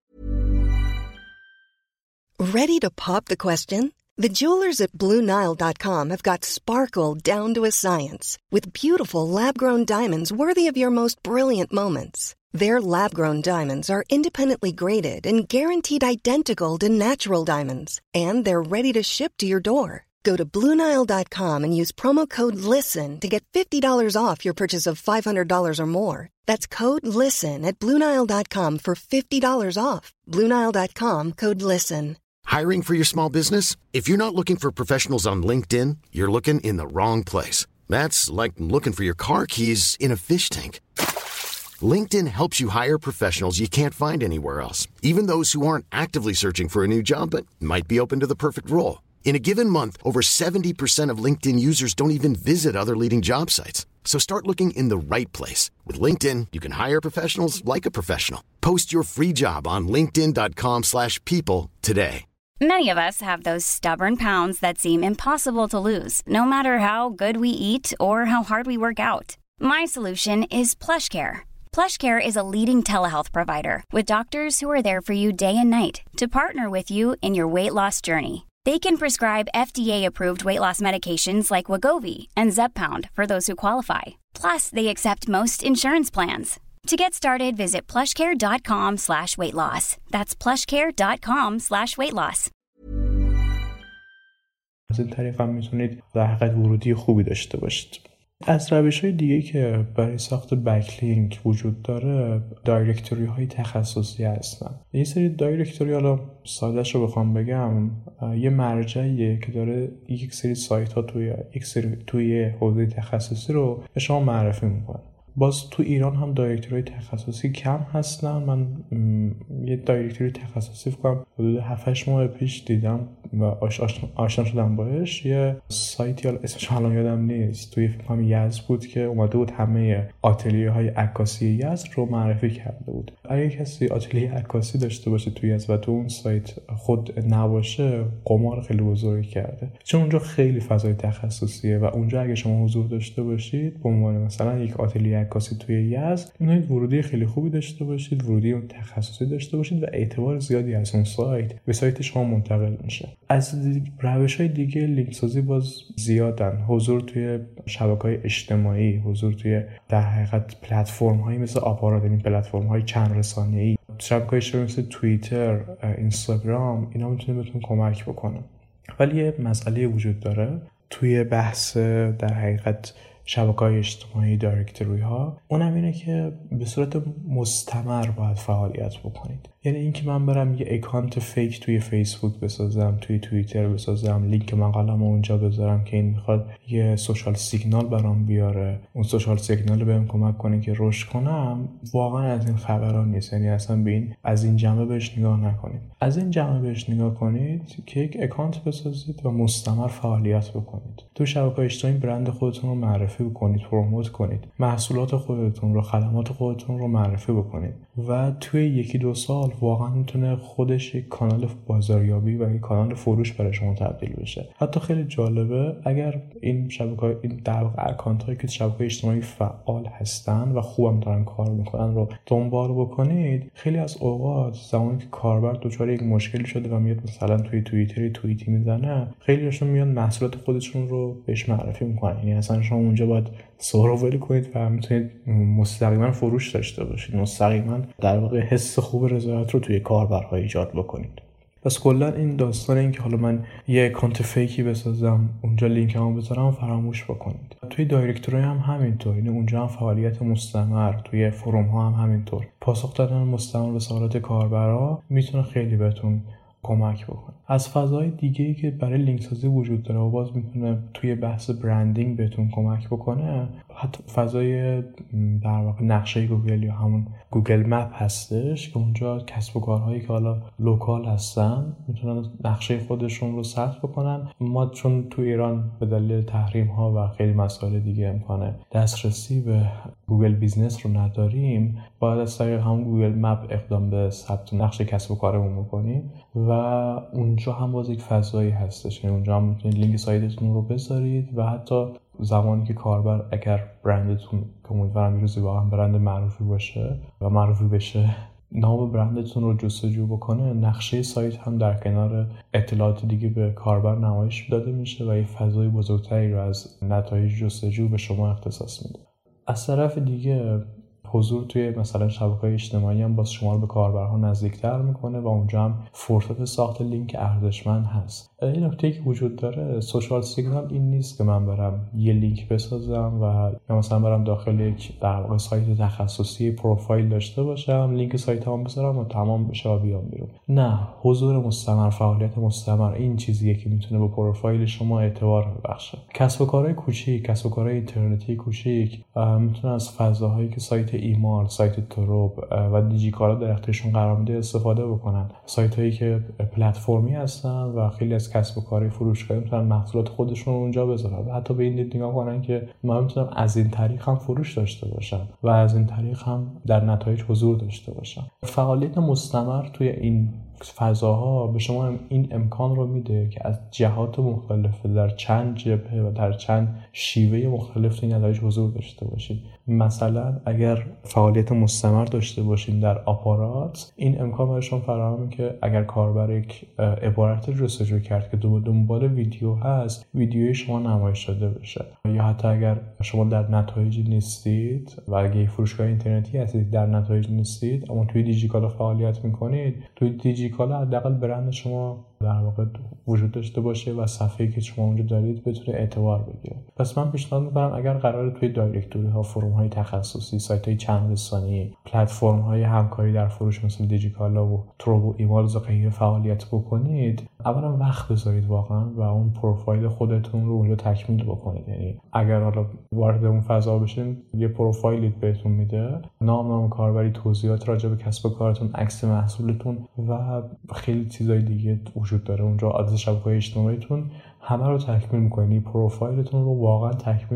Ready to pop the question? The jewelers at BlueNile.com have got sparkle down to a science with beautiful lab-grown diamonds worthy of your most brilliant moments. Their lab-grown diamonds are independently graded and guaranteed identical to natural diamonds, and they're ready to ship to your door. Go to BlueNile.com and use promo code LISTEN to get $50 off your purchase of $500 or more. That's code LISTEN at BlueNile.com for $50 off. BlueNile.com, code LISTEN. Hiring for your small business? If you're not looking for professionals on LinkedIn, you're looking in the wrong place. That's like looking for your car keys in a fish tank. LinkedIn helps you hire professionals you can't find anywhere else, even those who aren't actively searching for a new job but might be open to the perfect role. In a given month, over 70% of LinkedIn users don't even visit other leading job sites. So start looking in the right place. With LinkedIn, you can hire professionals like a professional. Post your free job on linkedin.com/people today. Many of us have those stubborn pounds that seem impossible to lose, no matter how good we eat or how hard we work out. My solution is PlushCare. PlushCare is a leading telehealth provider with doctors who are there for you day and night to partner with you in your weight loss journey. They can prescribe FDA-approved weight loss medications like Wegovy and Zepbound for those who qualify. Plus, they accept most insurance plans. To get started, visit plushcare.com/weightloss. That's plushcare.com/weightloss. از این طریق هم میتونید در حقیقت ورودی خوبی داشته باشید. از روش‌های دیگه که برای ساخت بکلینک وجود داره دایرکتوری های تخصصی هستن. یه سری دایرکتوری، حالا ساده‌شو بخوام بگم، یه مرجعیه که داره یک سری سایت ها توی حوزه تخصصی رو به شما معرفی میکنه. باز تو ایران هم دایرکتوری تخصصی کم هستن. من یه دایرکتوری تخصصی فکرم حدود 7-8 ماه پیش دیدم و آشنا شدم باش. یه سایتی، حالا اسمش الان یادم نیست، توی فکرم یزد بود که اومده بود همه آتلیه های عکاسی یزد رو معرفی کرده بود. اگه کسی آتلیه عکاسی داشته باشه توی یزد و تو اون سایت خود نباشه، قمار خیلی بزرگی کرده، چون اونجا خیلی فضای تخصصیه و اونجا اگه شما حضور داشته باشید به عنوان مثلا یک آتلیه عکاسی توی یزد، میتونید ورودی خیلی خوبی داشته باشید، ورودی تخصصی داشته باشید و اعتبار زیادی از اون سایت به سایت شما منتقل میشه. از روش‌های دیگه لینک سازی باز زیادن. حضور توی شبکه‌های اجتماعی، حضور توی در حقیقت پلتفرم‌هایی مثل آپارات، یعنی پلتفرم‌های چند رسانه‌ای، شبکه‌های اجتماعی مثل توییتر، اینستاگرام، اینا میتونه بهتون کمک بکنه. ولی یه مسئله وجود داره توی بحث در حقیقت شبکه‌های اجتماعی، دایرکتوری ها، اونم اینه که به صورت مستمر باید فعالیت بکنید. یعنی اینکه من برم یه اکانت فیک توی فیسبوک بسازم، توی توییتر بسازم، لینک مقاله‌مو اونجا بذارم که این میخواد یه سوشال سیگنال برام بیاره، اون سوشال سیگنال بهم کمک کنه که رشد کنم، واقعا از این خبران نیست. یعنی اصلا از این جمله بهش نگاه نکنید. از این جمله بهش نگاه کنید که یک اکانت بسازید و مستمر فعالیت بکنید. تو شبکه‌های اجتماعی برند خودتون رو معرفی بکنید، پروموت کنید، محصولات خودتون رو، خدمات خودتون رو معرفی بکنید و توی 1-2 سال واقعا میتونه خودش یک کانال بازاریابی و یک کانال فروش برای شما تبدیل بشه. حتی خیلی جالبه اگر این شبکه‌های، این در واقع اکانت‌هایی که شبکه‌های اجتماعی فعال هستن و خوبم دارن کار میکنن رو دنبال بکنید. خیلی از اوقات زمانی که کاربر دچار یک مشکلی شده و میاد مثلا توی توییتر توییتی میزنه، خیلی‌هاشون میان محصولات خودشون رو بهش معرفی میکنن. یعنی اصلا شما اونجا باید سورول کنید و میتونید مستقیما فروش داشته باشید، مستقیما در واقع حس خوب رضایت رو توی کاربرها ایجاد بکنید. پس کلا این داستان این که حالا من یه اکانت فیکی بسازم اونجا لینکمو بذارم فراموش بکنید. توی دایرکتوری هم همینطور، یعنی اونجا هم فعالیت مستمر، توی فروم ها هم همینطور. پاسخ دادن مستمر به سوالات کاربرا میتونه خیلی بهتون کمک بکنه. از فضای دیگه‌ای که برای لینک سازی وجود داره و باز میتونه توی بحث برندینگ بهتون کمک بکنه، حتی فضای در واقع نقشه گوگل یا همون گوگل مپ هستش که اونجا کسب و کارهایی که حالا لوکال هستن میتونن نقشه خودشون رو ثبت بکنن. ما چون تو ایران به دلیل تحریم ها و خیلی مسائل دیگه امکانه دسترسی به گوگل بیزنس رو نداریم، باید از طریق همون گوگل مپ اقدام به ثبت نقشه کسب و کارمون بکنیم و اونجا هم باز یک فضایی هستش. یعنی اونجا هم میتونید لینک سایتتون رو بذارید و حتی زمانی که کاربر اگر برندتون که امیدوارم یه روزی واقعا برند معروفی باشه و معروفی بشه، نام برندتون رو جستجو بکنه، نقشه سایت هم در کنار اطلاعات دیگه به کاربر نمایش داده میشه و یه فضای بزرگتری رو از نتایج جستجو به شما اختصاص میده. از طرف دیگه حضور توی مثلا شبکه‌های اجتماعی هم باز شما رو به کاربرها نزدیکتر میکنه و اونجا هم فرصت ساخت لینک ارزشمند هست. این نکته که وجود داره سوشال سیگنال این نیست که من برم یه لینک بسازم و یا مثلا برم داخل یک در واقع سایت تخصصی پروفایل داشته باشم، لینک سایتام بذارم و تمام بشه و بیام بیرون. نه، حضور مستمر، فعالیت مستمر این چیزیه که میتونه به پروفایل شما اعتبار ببخشه. کسب و کارهای کوچیک، کسب و کارهای اینترنتی کوچیک میتونن از فضاهایی که سایت ایمال، سایت تروب و دیجیکالا در اختیارشون قرار میده استفاده بکنن. سایتایی که پلتفرمی هستن و خیلی از کسب و کارهای فروشگاهی میتونن محصولات خودشون رو اونجا بذارن و حتی به این دید نگاه کنن که من میتونم از این طریق هم فروش داشته باشم و از این طریق هم در نتایج حضور داشته باشم. فعالیت مستمر توی این فضاها به شما این امکان رو میده که از جهات مختلف در چند جبهه و در چند شیوه مختلف این نتایج حضور داشته باشید. مثلا اگر فعالیت مستمر داشته باشید در آپارات، این امکان برای شما فراهمه که اگر کاربر یک عبارت رو جستجو کرد که دنبال ویدیو هست، ویدیوی شما نمایش داده بشه. یا حتی اگر شما در نتایج نیستید و اگه فروشگاه اینترنتی هستید در نتایج نیستید اما توی دیجیکالا فعالیت میکنید، توی دیجیکالا حداقل برند شما در واقع وجود داشته باشه و صفحه‌ای که شما اونجا دارید بتونه اعتبار بگیره. پس من پیشنهاد میکنم اگر قراره توی دایرکتوری ها، فروم های تخصصی، سایت های چند رسانه‌ای، پلتفرم های همکاری در فروش مثل دیجیکالا و تروب و ایمالز و غیره فعالیت بکنید، اولا وقت بذارید واقعا و اون پروفایل خودتون رو اونجا تکمیل بکنید. یعنی اگر حالا وارد اون فضا بشین، یه پروفایلی بهتون میده، نام کاربری، توضیحات راجع به کسب و کارتون، عکس محصولتون و خیلی چیزای دیگه وجود داره اونجا، آدرس شبکه‌های اجتماعیتون، همه رو تکمیل می‌کنید. پروفایلتون رو واقعا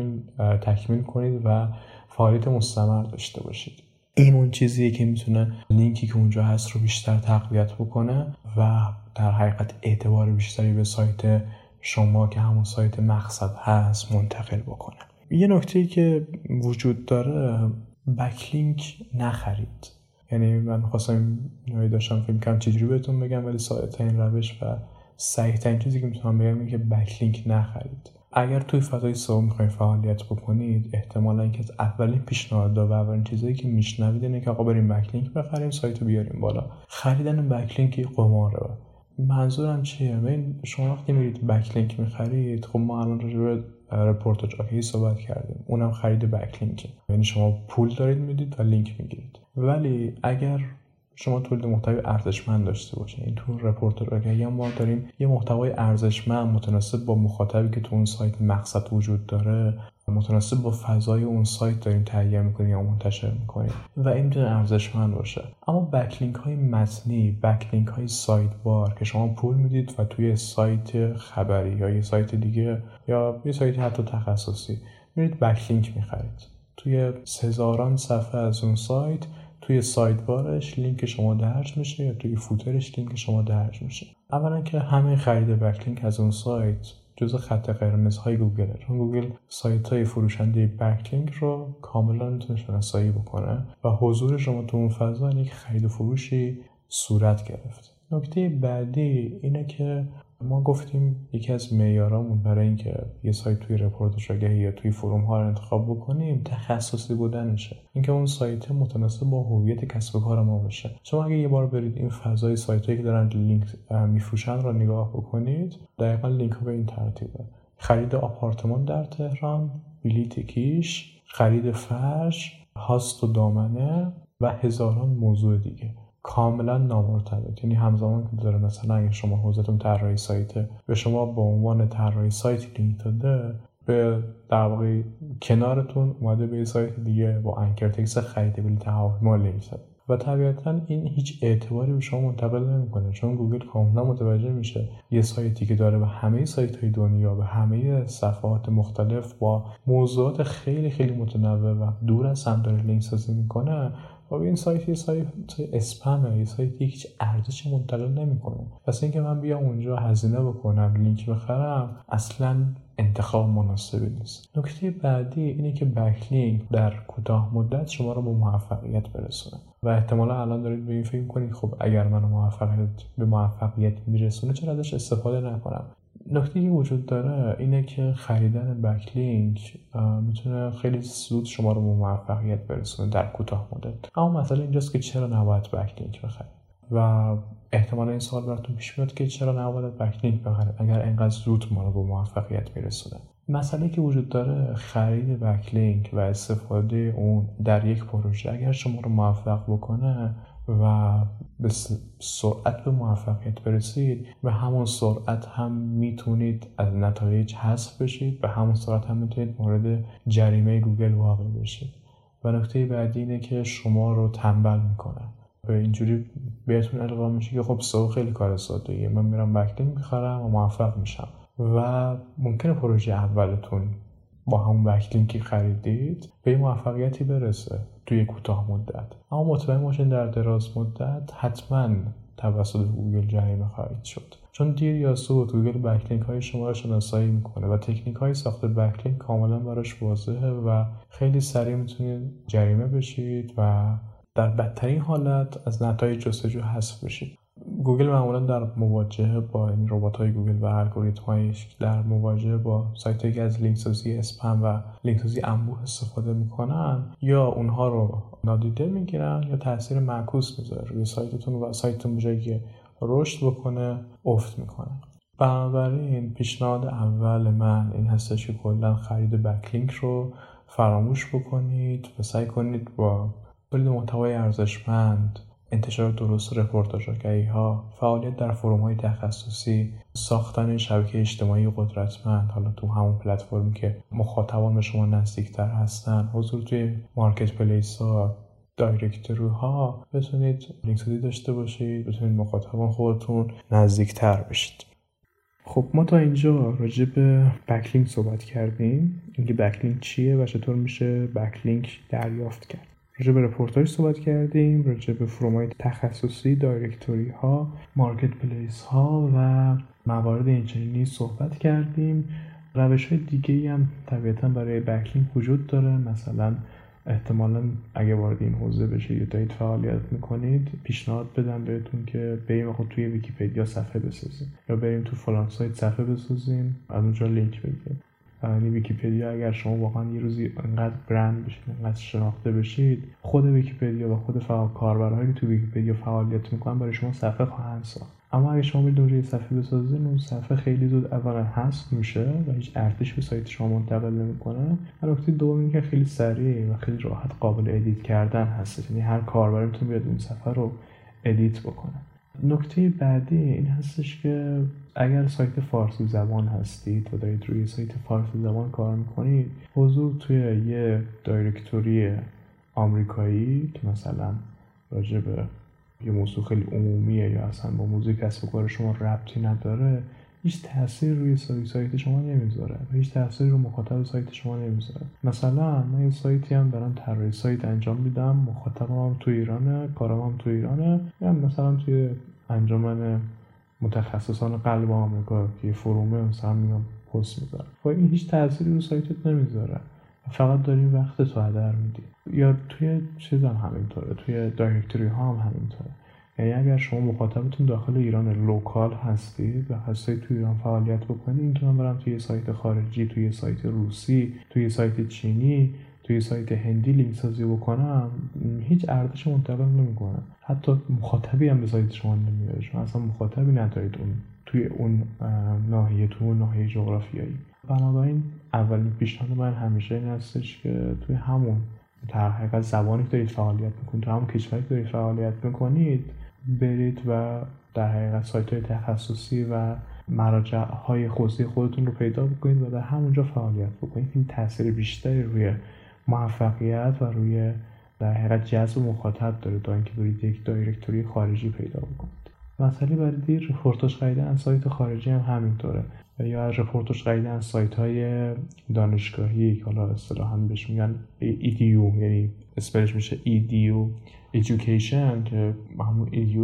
تکمیل کنید و فعالیت مستمر داشته باشید. این اون چیزیه که میتونه لینکی که اونجا هست رو بیشتر تقویت بکنه و در حقیقت اعتبار بیشتری به سایت شما که همون سایت مقصد هست منتقل بکنه. یه نکته‌ای که وجود داره، بکلینک نخرید. یعنی من خواستم داشتم فکر کنم چجوری بهتون بگم، ولی ساده‌ترین روش و صحیح‌ترین چیزی که میتونم بگم اینه که بکلینک نخرید. اگر توی فضای سئو میخواید فعالیت بکنید، احتمالاً اینکه از اولین پیشنهادها و اولین چیزایی که میشنوید اینه که آقا بریم بکلینک بخریم، سایت رو بیاریم بالا. خریدن بکلینک قماره. منظورم چیه؟ ببین شما وقتی میرید بکلینک میخرید، خب ما الان راجع به رپورتاج آکی صحبت کردیم، اونم خرید بکلینکه. یعنی شما پول دارید میدید و لینک میگیرید. ولی اگر شما تولید محتوای ارزشمند داشته باشید، این تو رپورتاج آگهی ما داریم یه محتوای ارزشمند متناسب با مخاطبی که تو اون سایت مقصد وجود داره، متناسب با فضای اون سایت داریم تهیه میکنیم یا منتشر میکنیم و این میتونه ارزشمند باشه. اما بکلینک های متنی، بکلینک های سایت بار که شما پول میدید و توی سایت خبری یا یه سایت دیگه یا یه سایت حتی تخصصی میرید بکلینک میخرید، توی هزاران صفحه از اون سایت توی سایت بارش لینک شما درج میشه یا توی فوترش لینک شما درج میشه. اولا که همه خرید بکلینک از اون سایت جزء خط قرمزهای گوگله، چون گوگل سایت‌های فروشنده بکلینک رو کاملا میتونه شناسایی بکنه و حضور شما تو اون فضا یک خرید و فروشی صورت گرفت. نکته بعدی اینه که ما گفتیم یکی از معیارامون برای اینکه یه سایت توی رپورتاج آگهی یا توی فروم ها رو انتخاب بکنیم تخصصی بودنشه، اینکه اون سایت متناسب با هویت کسب و کار ما باشه. شما اگه یه بار برید این فضای سایتایی که دارن لینک میفروشن رو نگاه بکنید، دقیقاً لینک ها به این ترتیبه: خرید آپارتمان در تهران، بلیت کیش، خرید فرش، هاست و دامنه و هزاران موضوع دیگه، کاملا نامرتبط. یعنی همزمان که داره مثلا اگه شما حوزتون طراحی سایته به شما به عنوان طراحی سایت لینک داده، به در واقع کنارتون اومده به سایت دیگه با انکر تکست خرید بلیط هواپیما لینک داده و طبیعتا این هیچ اعتباری به شما منتقل نمیکنه، چون گوگل کاملا متوجه میشه یه سایتی که داره به همه سایت‌های دنیا، به همه صفحات مختلف با موضوعات خیلی خیلی متنوع و دور از هم داره لینک سازی میکنه، و این سایت یه سایت اسپمه، یه سایتی هیچ ارزش منتقل نمیکنه. پس اینکه من بیام اونجا هزینه بکنم لینک بخرم اصلا انتخاب مناسبی نیست. نکته بعدی اینه که بکلینک در کوتاه مدت شما رو به موفقیت برسونه و احتمالا الان دارید به این فکر کنید خب اگر من به موفقیت میرسونه چرا ازش استفاده نکنم. نکته‌ای که وجود داره اینه که خریدن بکلینک میتونه خیلی زود شما رو به موفقیت برسونه در کوتاه مدت. اما مسئله اینجاست که چرا نباید بکلینک بخرید و احتمالا این سوال براتون پیش میاد که چرا نباید بکلینک بخرید اگر اینقدر زود ما رو به موفقیت میرسونه. مسئله که وجود داره خرید بکلینک و استفاده اون در یک پروژه اگر شما رو موفق بکنه و به سرعت به موفقیت برسید، به همون سرعت هم میتونید از نتایج حذف بشید، به همون سرعت هم میتونید مورد جریمه گوگل واقع بشید. و نکته بعدی اینه که شما رو تنبل میکنه. به اینجوری بهتون القا میشه که خب سئو خیلی کار ساده‌ایه، من میرم بکلینک میخرم و موفق میشم و ممکنه پروژه اولتون با همون بکلینکی خریدید به موفقیتی برسه توی کوتاه مدت، اما مطمئن باشین در دراز مدت حتما توسط گوگل جریمه خواهید شد. چون دیر یا زود گوگل بکلینک های شما را شناسایی میکنه و تکنیک های ساخت بکلینک کاملا براش واضحه و خیلی سریع میتونید جریمه بشید و در بدترین حالت از نتایج جستجو حذف بشید. گوگل معمولا در مواجهه با این ربات‌های گوگل و الگوریتم‌هایش در مواجهه با سایت‌هایی که از لینک‌سازی اسپم و لینک‌سازی انبوه استفاده میکنن یا اونها رو نادیده میگیرن یا تاثیر معکوس میذاره روی سایتتون و سایتتون به جایی که رشد بکنه افت میکنه. بنابراین پیشنهاد اول من این هستش که کلا خرید بکلینک رو فراموش بکنید و سعی کنید با تولید محتوای ارزشمند، انتشار درست رپورتاژها، فعالیت در فروم‌های تخصصی، ساختن شبکه اجتماعی قدرتمند، حالا تو همون پلتفرمی که مخاطبان به شما نزدیکتر هستن، حضور توی مارکت پلیس‌ها، دایرکتوری‌ها، بتونید لینک‌سازی داشته باشید، بتونید مخاطبان خودتون نزدیکتر بشید. خب ما تا اینجا راجع به بکلینک صحبت کردیم، اینکه بکلینک چیه و چطور میشه بکلینک دریافت کرد. راجع به رپورتاژ صحبت کردیم، راجع به فروم‌های تخصصی، دایرکتوری ها، مارکت پلیس ها و موارد اینچنینی صحبت کردیم. روش‌های دیگه‌ای هم طبیعتاً برای بکلینک وجود داره. مثلا احتمالاً اگه وارد این حوزه بشید یا دارید فعالیت میکنید، پیشنهاد بدم بهتون که بریم توی ویکی‌پدیا صفحه بسازیم یا بریم تو فلان سایت صفحه بسازیم، از اونجا لینک بگیریم. یعنی ویکی‌پدیا اگر شما واقعا یه روزی انقدر برند بشید، انقدر شناخته بشید، خود ویکی‌پدیا و خود کاربرهایی که تو ویکی‌پدیا فعالیت میکنن برای شما صفحه خواهند ساخت. اما اگه شما برید اونجا یه صفحه بسازید، اون صفحه خیلی زود اولا حذف میشه و هیچ ارزشی به سایت شما منتقل نمیکنه. و نکته دوم اینه که خیلی سریع و خیلی راحت قابل ادیت کردن هست، یعنی هر کاربری میتونه بیاد اون صفحه رو ادیت بکنه. نکته بعدی این هستش که اگر سایت فارسی زبان هستید و دارید روی سایت فارسی زبان کار میکنید، حضور توی یه دایرکتوری آمریکایی که مثلا راجع به یه موضوع خیلی عمومیه یا اصلا با موضوع کسب و کار شما ربطی نداره، هیچ تأثیر روی سایت شما نمیذاره و هیچ تأثیری رو مخاطب سایت شما نمیذاره. مثلا من یه سایتی هم دارم طراحی سایت انجام میدم، مخاطبم هم تو ایرانه، کارم هم تو ایرانه، یا مثلا توی انجمن متخصصان قلب آمریکا که فرومه مثلا میام پست میذارم، خب این هیچ تأثیری رو سایتت نمیذاره، فقط داری وقت تو هدر میدی. یا توی چیز هم همینطوره، توی دایرکتوری ها هم همینطوره. یعنی اگر شما مخاطبتون داخل ایران لوکال هستید و هستید توی ایران فعالیت بکنید، این که من برم توی سایت خارجی، توی سایت روسی، توی سایت چینی، توی سایت هندی لینک سازی بکنم، هیچ ارزش منتقل نمیکنه. حتی مخاطبی هم به سایت شما نمیاد، شما اصلا مخاطبی ندارید اون توی اون ناحیه، تو اون ناحیه جغرافیایی. بنابراین اولین پیشنهاد من همیشه این هستش که توی همون در حقیقت زبانی که دارید فعالیت میکنید، تو همون کشوری که دارید فعالیت میکنید، برید و در حقیقت سایت‌های تخصصی و مراجع‌های حوزه خودتون رو پیدا بکنید و در همونجا فعالیت بکنید. این تاثیر بیشتری روی موفقیت و روی در حقیقت جذب مخاطب داره تا اینکه برید یک دایرکتوری خارجی پیدا بکنید. مسئله بعدی رپورتاژ خریدن از سایت خارجی هم همینطوره، یا رپورتاژ خریدن از سایت‌های دانشگاهی که حالا اصطلاحاً بهش میگن EDU، یعنی اسپلش میشه EDU Education که همون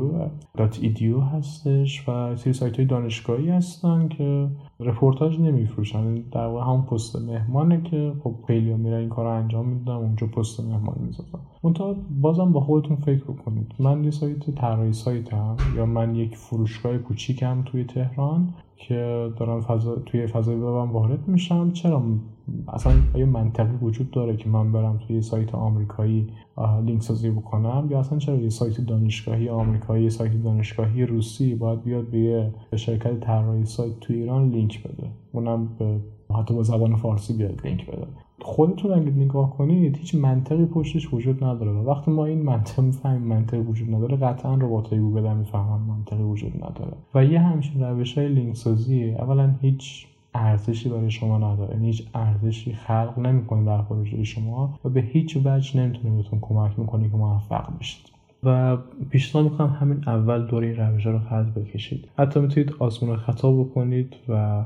edu.edu هستش و سری سایت‌های دانشگاهی هستن که رپورتاژ نمیفروشن، در واقع همون پست مهمانه که خب خیلی‌ها میرن این کارو انجام میدن، اونجا پست مهمان میذارن. منتها بازم با خودتون فکر بکنید، من یه سایت طراحی سایتم یا من یک فروشگاه کوچیکم توی تهران که دارم توی فضای وبم وارد میشم، چرا اصلا آیا منطقی وجود داره که من برم توی سایت آمریکایی لینک سازی بکنم، یا اصلا چرا یه سایت دانشگاهی آمریکایی، سایت دانشگاهی روسی باید بیاد به شرکت طراحی سایت توی ایران لینک بده، اونم حتی با زبان فارسی بیاد لینک بده. خودتون اگه نگاه کنید هیچ منطقی پشتش وجود نداره و وقتی ما این منطق میفهمیم منطقی وجود نداره، قطعا رباتای گوگل هم میفهمن منطقی وجود نداره. و یه همچین روش‌های لینک سازی اولا هیچ ارزشی برای شما نداره، یعنی هیچ ارزشی خلق نمی‌کنه در پروژه شما و به هیچ وجه نمیتونه بهتون کمک می‌کنه که موفق بشید. و پیشنهاد می‌کنم همین اول دور این روش‌ها رو خط بکشید. حتی میتونید آزمون خطا بکنید و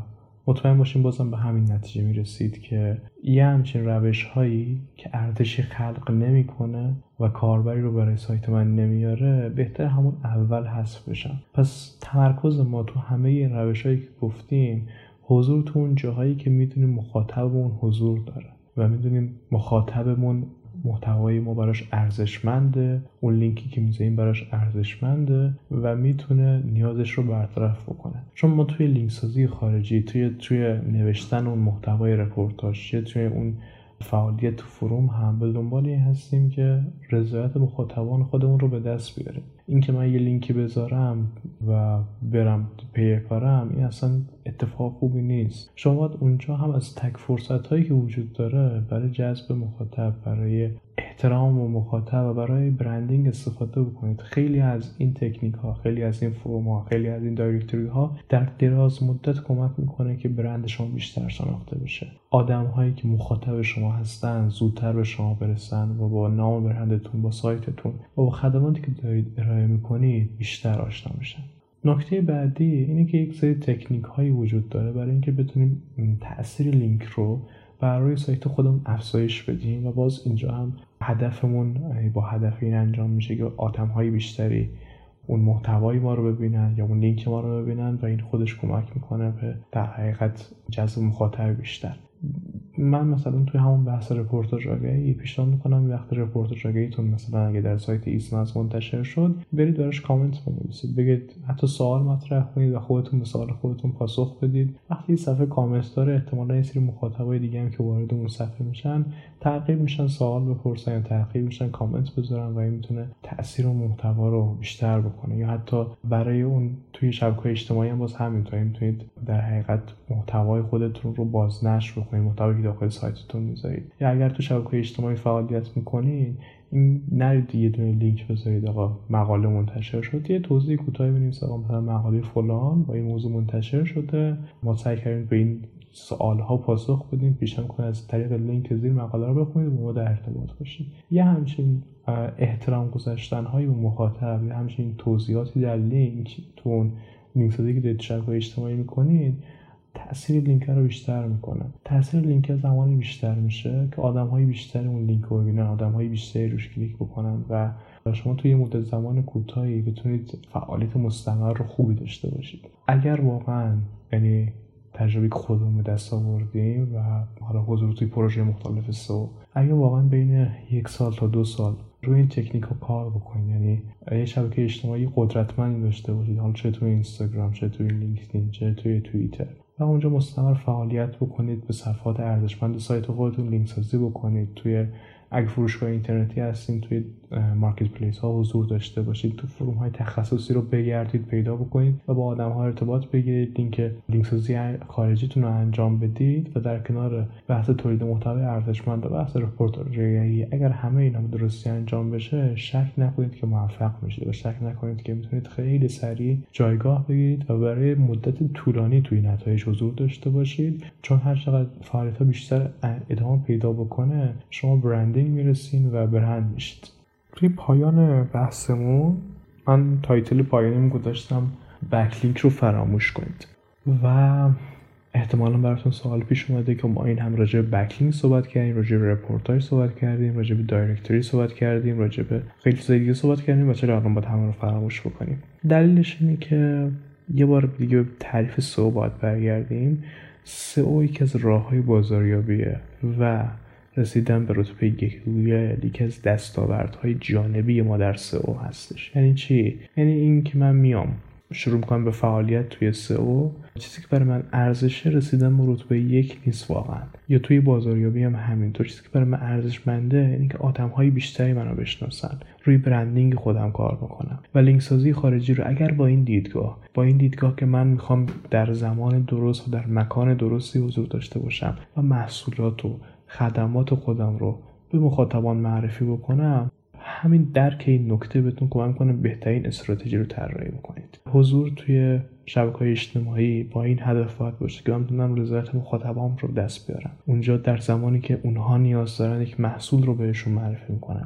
مطمئن باشین بازم به همین نتیجه میرسید که یه همچین روش هایی که ارزشی خلق نمیکنه و کاربری رو برای سایت من نمیاره بهتر همون اول حذف بشن. پس تمرکز ما تو همه این روش هایی که گفتیم حضور تو اون جاهایی که میدونیم مخاطبمون حضور داره و میدونیم مخاطبمون محتوای ما براش ارزشمنده، اون لینکی که میذاریم براش ارزشمنده و میتونه نیازش رو برطرف بکنه. چون ما توی لینک سازی خارجی، توی نوشتن اون محتوای رپورتاژ، توی اون فعالیت تو فروم هم به دنبال این هستیم که رضایت مخاطبان خودمون رو به دست بیاریم. این که من یه link بذارم و برم پی کارم، این اصلا اتفاق خوبی نیست. شما باید اونجا هم از تک فرصت هایی که وجود داره برای جذب مخاطب، برای احترام و مخاطب و برای برندینگ استفاده بکنید. خیلی از این تکنیک ها، خیلی از این فروم ها، خیلی از این دایرکتوری ها در دراز مدت کمک میکنه که برند شما بیشتر شناخته بشه. آدم هایی که مخاطب شما هستن زودتر به شما برسن و با نام برندتون، با سایتتون و با خدماتی که دارید ارائه میکنید بیشتر آشنا بشن. نکته بعدی اینه که یک سری تکنیک هایی وجود داره برای اینکه بتونیم تأثیر لینک رو بر روی سایت خودمون افزایش بدیم و باز اینجا هم هدفمون با هدف این انجام میشه که آدم‌های بیشتری اون محتوای ما رو ببینن یا اون لینک ما رو ببینن و این خودش کمک میکنه به در حقیقت جذب مخاطب بیشتر. من مثلا توی همون بحث رپورتاژ آگهی پیشنهاد میکنم وقتی رپورتاژ آگهیتون مثلا اگه در سایت ایسناس منتشر شد برید براش کامنت بنویسید، بگید حتی سوال مطرح کنید و خودتون به سوال خودتون پاسخ بدید. وقتی صفحه کامنت داره احتمالاً یه سری مخاطبای دیگه هم که وارد اون صفحه میشن تعقیب میشن، سوال بپرسن یا تعقیب میشن کامنت بذارن و این میتونه تاثیر اون محتوا رو بیشتر بکنه. یا حتی برای اون توی شبکه‌های اجتماعی هم باز همینطوری میتونید در حقیقت محتوای خودتون رو بازنشر بکنید، محتوایی که داخل سایتتون میذارید. یا اگر تو شبکه‌های اجتماعی فعالیت میکنید این نرید یه دونه لینک بذارید آقا مقاله منتشر شد، یه توضیح کوتاهی بنویسید آقا مثلا مقاله فلان با این موضوع منتشر شده، ما سعی کردیم به این سوال‌ها پاسخ بدیم، پیشنهاد می‌کنم از طریق لینک زیر مقاله رو بخونید و با ما در ارتباط باشید. یه همچین احترام گذاشتن‌هایی به مخاطب، یه همچین توضیحاتی در لینک تو اون لینک سازی که دارید شبکه‌های اجتماعی می‌کنید تأثیر لینک رو بیشتر میکنه. تأثیر لینک زمانی بیشتر میشه که آدم‌های بیشتری اون لینک رو ببینن، آدم‌های بیشتری روش کلیک بکنن و شما توی مدت زمان کوتاهی بتونید فعالیت مستمر رو خوبی داشته باشید. اگر واقعا یعنی تجربه خودمون به دست آوردیم و حالا حضور توی پروژه مختلف سو، اگر واقعا بین 1 سال تا 2 سال روی این تکنیک رو کار بکنید، یعنی یه شبکه اجتماعی قدرتمندی داشته باشید، حالا چه توی اینستاگرام، چه توی لینکدین، چه توی توییتر و اونجا مستمر فعالیت بکنید، به صفحات ارزشمند سایت خودتون لینک سازی بکنید، توی اگه فروشگاه اینترنتی هستین توی مارکت پلیس ها حضور داشته باشید، تو فروم های تخصصی رو بگردید پیدا بکنید و با آدم ها ارتباط بگیرید، لینک سازی خارجیتون رو انجام بدید و در کنار بحث تولید محتوای ارزشمند و بحث رپورتاژی اگر همه اینا به درستی انجام بشه شک نکنید که موفق میشید و شک نکنید که میتونید خیلی سریع جایگاه بگیرید و برای مدت طولانی توی نتایج حضور داشته باشید. چون هر چقدر فعالیت ها بیشتر ادامه پیدا بکنه شما برندینگ میرسین و برند میشید. توی پایان بحثمون من تایتل پایانیم گذاشتم بکلینک رو فراموش کنید و احتمالاً براتون سوال پیش اومده که ما این هم راجع به بکلینک صحبت کردیم، راجع به رپورتاژ صحبت کردیم، راجع به دایرکتوری صحبت کردیم، راجع به خیلی چیزای دیگه صحبت کردیم و چرا الان باید همه رو فراموش بکنیم؟ دلیلش اینه که یه بار دیگه تعریف سئو باید برگردیم. سئو یکی از راه‌های بازاریابیه و رسیدن به رتبه یکی از دستاوردهای جانبی ما در سئو هستش. یعنی چی؟ یعنی این که من میام شروع میکنم به فعالیت توی سئو، چیزی که برای من ارزشه رسیدن به رتبه 1 نیست واقعا. یا توی بازاریابی هم همینطور، چیزی که برای من ارزشمنده اینه که آدم‌های بیشتری منو بشناسن، روی برندینگ خودم کار بکنم و لینک سازی خارجی رو اگر با این دیدگاه که من میخوام در زمان درست و در مکان درستی حضور داشته باشم و محصولات و خدمات خودم رو به مخاطبان معرفی بکنم، همین درک این نکته بهتون کمک کنه بهترین استراتژی رو طراحی بکنید. حضور توی شبکه‌های اجتماعی با این هدف باید باشه که من بتونم رضایت مخاطبام رو دست بیارم. اونجا در زمانی که اونها نیاز دارن یک محصول رو بهشون معرفی میکنم،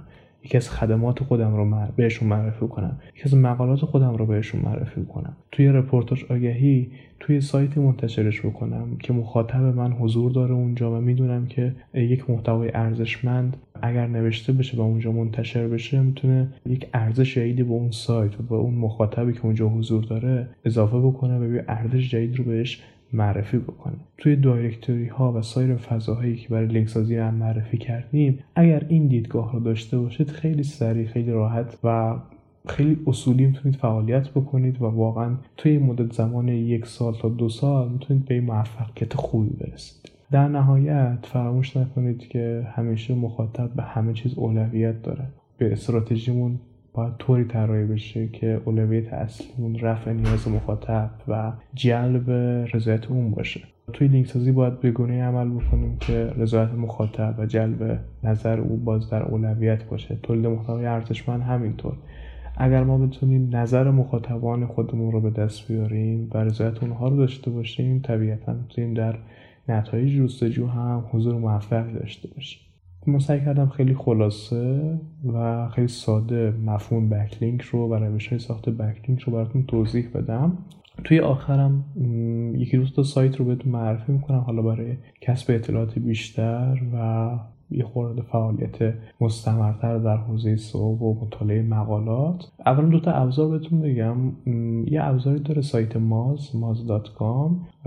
یکی از خدمات خودم رو بهشون معرفی کنم، یکی از مقالات خودم رو بهشون معرفی کنم، توی رپورتاج آگهی توی سایتی منتشرش بکنم که مخاطب من حضور داره اونجا و میدونم که یک محتوای ارزشمند اگر نوشته بشه و اونجا منتشر بشه میتونه یک ارزش جدیدی به اون سایت و به اون مخاطبی که اونجا حضور داره اضافه بکنه و یه ارزش جدید رو بهش معرفی بکنه. توی دایرکتوری ها و سایر فضاهایی که برای لینک سازی هم معرفی کردیم، اگر این دیدگاه رو داشته باشید خیلی سریع، خیلی راحت و خیلی اصولی میتونید فعالیت بکنید و واقعا توی مدت زمان 1 سال تا 2 سال میتونید به موفقیت خوبی برسید. در نهایت فراموش نکنید که همیشه مخاطب به همه چیز اولویت داره. به استراتژیمون باید طوری طراحی بشه که اولویت اصلیمون رفع نیاز مخاطب و جلب رضایت اون باشه. توی لینک سازی باید به گونه‌ای عمل بکنیم که رضایت مخاطب و جلب نظر او باز در اولویت باشه. تولید محتوای ارزشمند همینطور. اگر ما بتونیم نظر مخاطبان خودمون رو به دست بیاریم و رضایت اونها رو داشته باشیم، طبیعتاً میتونیم در نتایج جستجو هم حضور موفقی داشته باشیم. من سعی کردم خیلی خلاصه و خیلی ساده مفهوم بکلینک رو و روش‌های ساخت بکلینک رو براتون توضیح بدم. توی آخرم یکی دو تا سایت رو بهتون معرفی میکنم حالا برای کسب اطلاعات بیشتر و یه خورده فعالیت مستمرتر در حوزه سئو و مطالعه مقالات. اولا 2 تا ابزار بهتون بگم. یه ابزاری داره سایت maz.com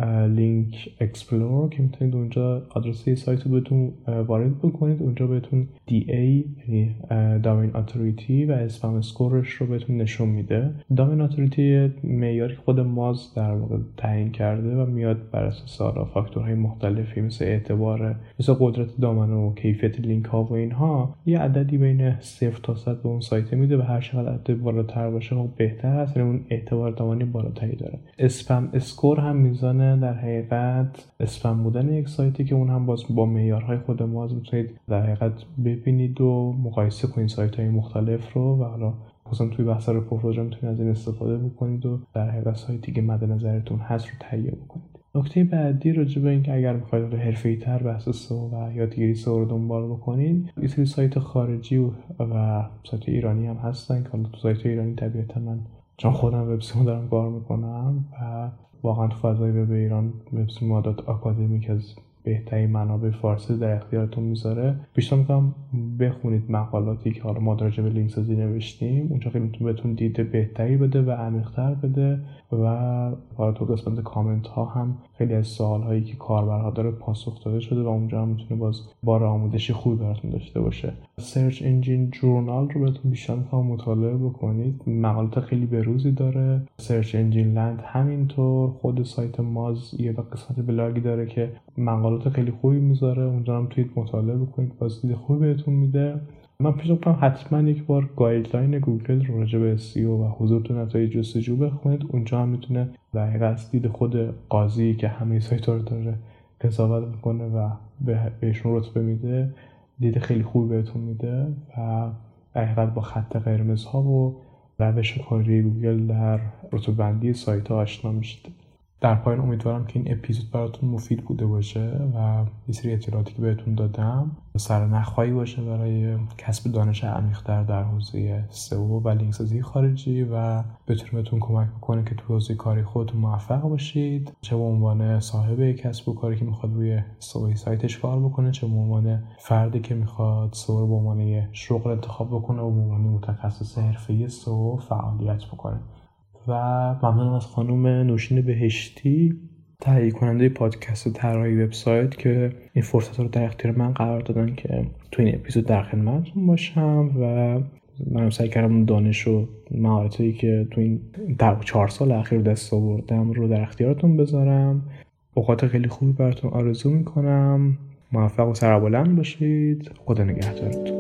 لینک اکسپلور که میتونید اونجا آدرس سایت رو بهتون وارد بکنید. اونجا بهتون DA یعنی دامین اتوریتی و اسپم اسکورش رو بهتون نشون میده. دامین اتوریتی معیاری خود ماز در واقع تعیین کرده و میاد بر اساس فاکتورهای مختلفی مثل اعتبار، مثل قدرت دامنه و کیفیت لینک ها و اینها، یه عددی بین 0 تا 100 به اون سایت میده و هر چقدر عدد بالاتر باشه خب بهتر هست، یعنی اون اعتبار دامنی بالاتری داره. اسپم اسکور هم میزانه در حقیقت اسپم بودن یک سایتی که اون هم باز با معیارهای خود ماز میتونید در حقیقت ببینید و مقایسه کنید سایت های مختلف رو و حالا خصوصا توی بحث رپورتاج میتونید از این استفاده بکنید و در حقیقت سایتی که مد نظرتون هست رو تهیه بکنید. نکته بعدی راجع به این که اگر میخواید حرفه‌ای‌تر بحث سئو و یادگیری سئو رو دنبال بکنید، یه سری سایت خارجی و سایت ایرانی هم هستن که حالا تو سایت ایرانی طبیعتا من چون خودم وب سئو دارم کار میکنم و واقعا تو فضای وب ایران وب سئو مادات آکادمی که از بهترین منابع فارسی در اختیارتون میذاره. بیشتر میگم بخونید مقالاتی که حالا ما راجع به لینک سازی نوشتیم، اونجا خیلی میتونه بهتون دید بهتری بده و عمیق‌تر بده و حالا تو قسمت کامنت ها هم خیلی از سوال هایی که کاربرها داره پاسخ داده شده و اونجا هم میتونه باز بار آموزشی خوبی براتون داشته باشه. سرچ انجین جورنال رو بهتون بیشتر میخوام مطالعه بکنید، مقالات خیلی بروزی داره. سرچ انجین لند همینطور. خود سایت ماز یه قسمت بلاگی داره که مقالات خیلی خوبی میذاره، اونجا هم توید مطالعه بکنید، باز دید خوبی بهتون میده. من پیشنهاد می‌کنم حتما یک بار گایدلاین گوگل رو راجع به SEO و حضور تو نتایج جستجو بخونید. اونجا هم میتونه در حقیقت دید خود قاضی که همه سایت‌ها رو داره قضاوت میکنه و بهشون رتبه میده، دید خیلی خوبی بهتون میده و در حقیقت با خط قرمزها و روش کاری گوگل در رتبه‌بندی سایت‌ها آشنا میشید. در پایان امیدوارم که این اپیزود براتون مفید بوده باشه و یه سری اطلاعاتی که بهتون دادم سرنخ‌هایی باشه برای کسب دانش عمیق‌تر در حوزه سئو و لینک سازی خارجی و بتونه بهتون کمک بکنه که تو حوزه کاری خودتون موفق باشید، چه به عنوان صاحب یک کسب و کاری که میخواد روی سئو سایتش کار بکنه، چه به عنوان فردی که میخواد سئو رو به عنوان شغل انتخاب بکنه و به عنوان متخصص حرفه‌ای سئو فعالیت بکنه. و ممنونم از خانم نوشین بهشتی، تهیه کننده پادکست طراحی وبسایت، که این فرصت رو در اختیار من قرار دادن که تو این اپیزود در خدمتتون باشم و من سعی کردم دانش و مهارتایی که تو این 4 سال اخیر دست آوردم رو در اختیارتون بذارم. اوقات خیلی خوبی براتون آرزو میکنم. موفق و سربلند باشید. خدا نگهدارتون.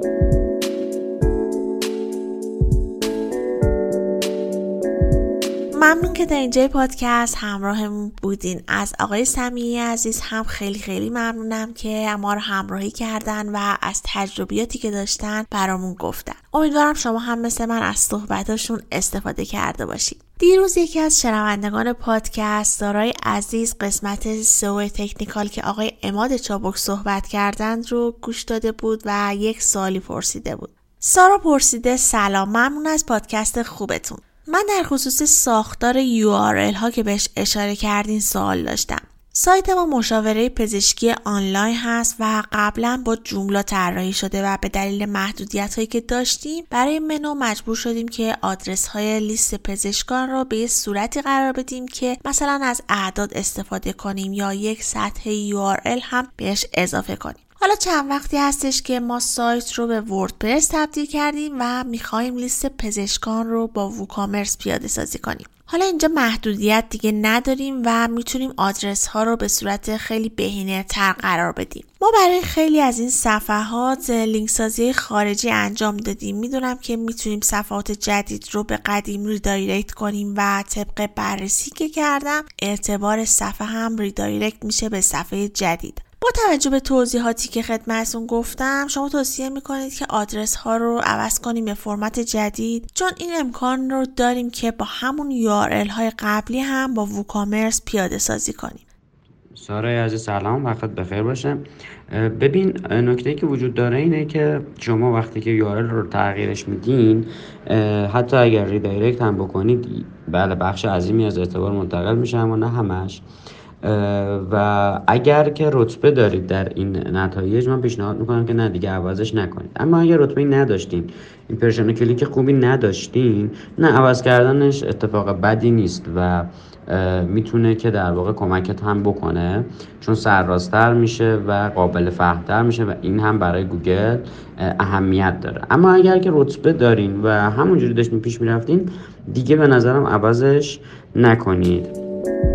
ممنون که در اینجای پادکست همراهمون بودین. از آقای سمیعی عزیز هم خیلی خیلی ممنونم که ما رو همراهی کردن و از تجربیاتی که داشتن برامون گفتن. امیدوارم شما هم مثل من از صحبتاشون استفاده کرده باشید. دیروز یکی از شنوندگان پادکست، دارای عزیز، قسمت سئو تکنیکال که آقای عماد چابک صحبت کردند رو گوش داده بود و یک سوالی پرسیده بود. سارا پرسیده سلام، ممنون از پادکست خوبتون. من در خصوص ساختار URL ها که بهش اشاره کردین سوال داشتم. سایت ما مشاوره پزشکی آنلاین هست و قبلا با جوملا طراحی شده و به دلیل محدودیت هایی که داشتیم برای منو مجبور شدیم که آدرس های لیست پزشکان رو به صورتی قرار بدیم که مثلا از اعداد استفاده کنیم یا یک سطح URL هم بهش اضافه کنیم. حالا چند وقتی هستش که ما سایت رو به وردپرس تبدیل کردیم و میخوایم لیست پزشکان رو با ووکامرس پیاده سازی کنیم. حالا اینجا محدودیت دیگه نداریم و میتونیم آدرس ها رو به صورت خیلی بهینه تر قرار بدیم. ما برای خیلی از این صفحات لینک سازی خارجی انجام دادیم. میدونم که میتونیم صفحات جدید رو به قدیم ریدایرکت کنیم و طبق بررسی که کردم اعتبار صفحه هم ریدایرکت میشه به صفحه جدید. با توجه به توضیحاتی که خدمتتون گفتم شما توصیه میکنید که آدرس ها رو عوض کنیم به فرمت جدید، چون این امکان رو داریم که با همون URL های قبلی هم با ووکامرس پیاده سازی کنیم. سارا عزیز سلام، وقتت بخیر باشه. ببین نکته‌ای که وجود داره اینه که شما وقتی که URL رو تغییرش میدین حتی اگر ریدایرکت هم بکنید بله بخش عظیمی از اعتبار منتقل میشه اما نه همش. و اگر که رتبه دارید در این نتایج من پیشنهاد میکنم که نه دیگه عوضش نکنید. اما اگر رتبه نداشتین، ایمپرشن کلیک خوبی نداشتین، نه عوض کردنش اتفاق بدی نیست و میتونه که در واقع کمکت هم بکنه، چون سرراستر میشه و قابل فهمتر میشه و این هم برای گوگل اهمیت داره. اما اگر که رتبه دارین و همونجوری داشتین پیش میرفتین دیگه به نظرم عوضش نکنید.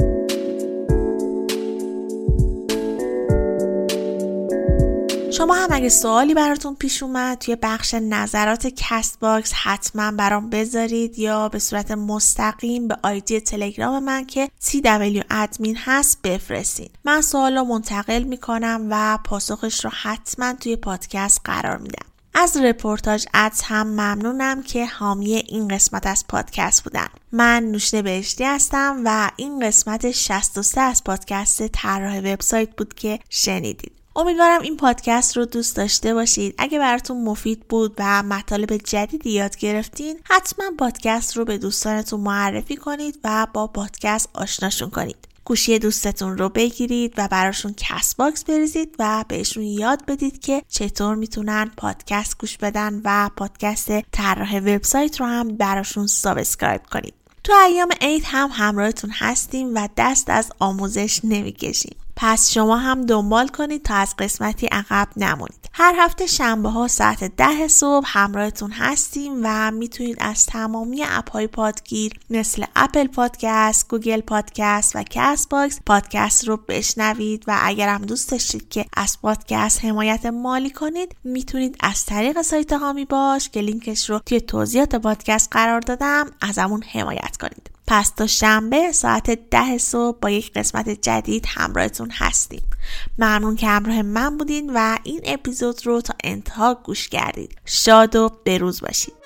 شما هم اگه سوالی براتون پیش اومد توی بخش نظرات کست باکس حتما برام بذارید یا به صورت مستقیم به آیدی تلگرام من که TWadmin هست بفرستین. من سوال رو منتقل میکنم و پاسخش رو حتما توی پادکست قرار میدم. از رپورتاج ادز هم ممنونم که حامی این قسمت از پادکست بودن. من نوشین بهشتی هستم و این قسمت 63 از پادکست طراح وبسایت بود که شنیدید. امیدوارم این پادکست رو دوست داشته باشید. اگه براتون مفید بود و مطالب جدیدی یاد گرفتین حتما پادکست رو به دوستانتون معرفی کنید و با پادکست آشناشون کنید. گوشی دوستتون رو بگیرید و براشون کست باکس بریزید و بهشون یاد بدید که چطور میتونن پادکست گوش بدن و پادکست طراح وبسایت رو هم براشون سابسکرایب کنید. تو ایام عید هم همراهتون هستیم و دست از آموزش نمیکشیم. پس شما هم دنبال کنید تا از قسمتی عقب نمونید. هر هفته شنبه ها ساعت 10 صبح همراهتون هستیم و میتونید از تمامی اپ‌های پادگیر مثل اپل پادکست، گوگل پادکست و کست باکس پادکست رو بشنوید و اگر هم دوست داشتید که از پادکست حمایت مالی کنید میتونید از طریق سایت هامی باش که لینکش رو توی توضیحات پادکست قرار دادم ازمون حمایت کنید. پس تا شنبه ساعت 10 صبح با یک قسمت جدید همراهتون هستیم. ممنون که همراه من بودین و این اپیزود رو تا انتها گوش کردید. شاد و بروز باشید.